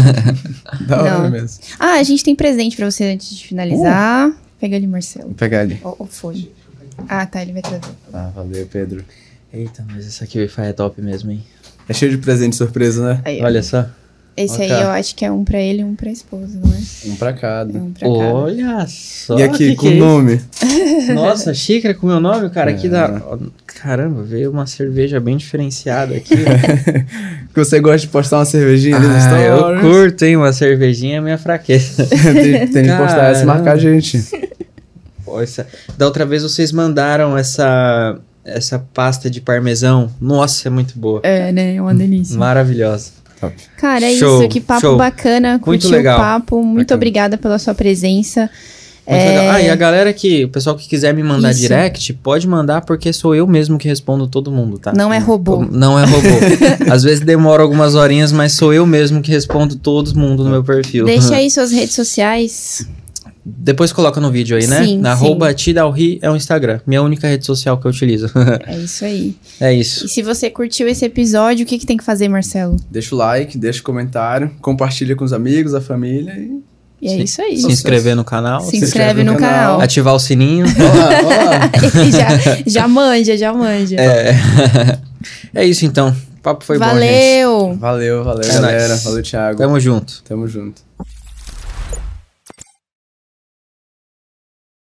Da hora mesmo. A gente tem presente pra você antes de finalizar. Pega ali, Marcelo. Vou pegar ali. O fone. Ah, tá, ele vai trazer. Valeu, Pedro. Eita, mas esse aqui Wi-Fi é top mesmo, hein? É cheio de presente surpresa, né? Aí, ó. Olha só. Esse aí Ok. eu acho que é um pra ele e um pra esposa, não é? Um pra cada. É um pra cada. Olha só. E aqui, que com o é nome. isso? Nossa, xícara com meu nome, cara. Aqui da... Caramba, veio uma cerveja bem diferenciada aqui. Que você gosta de postar uma cervejinha ali no Eu Stories. curto, hein? Uma cervejinha é minha fraqueza. tem de postar essa e marcar a gente. Pô, da outra vez vocês mandaram essa pasta de parmesão. Nossa, é muito boa. É, né? É uma delícia. Maravilhosa. Cara, é Show, isso. Que papo show. bacana. Curtiu legal. o papo. Muito Bacana. obrigada pela sua presença. Muito legal. E a galera o pessoal que quiser me mandar Isso. direct, pode mandar, porque sou eu mesmo que respondo todo mundo, tá? Não é robô. Não é robô. Às vezes demora algumas horinhas, mas sou eu mesmo que respondo todo mundo no meu perfil. Deixa aí suas redes sociais. Depois coloca no vídeo aí, né? Sim, Na sim. @tidalri é o Instagram. Minha única rede social que eu utilizo. É isso aí. É isso. E se você curtiu esse episódio, o que tem que fazer, Marcelo? Deixa o like, deixa o comentário, compartilha com os amigos, a família e... E é isso aí. Se inscrever no canal. Se inscreve no canal. Ativar o sininho. Olá. Ele já manja. É isso então. O papo foi bom, gente. Valeu! Valeu, É galera. nóis. Valeu, Thiago. Tamo junto. Tamo junto.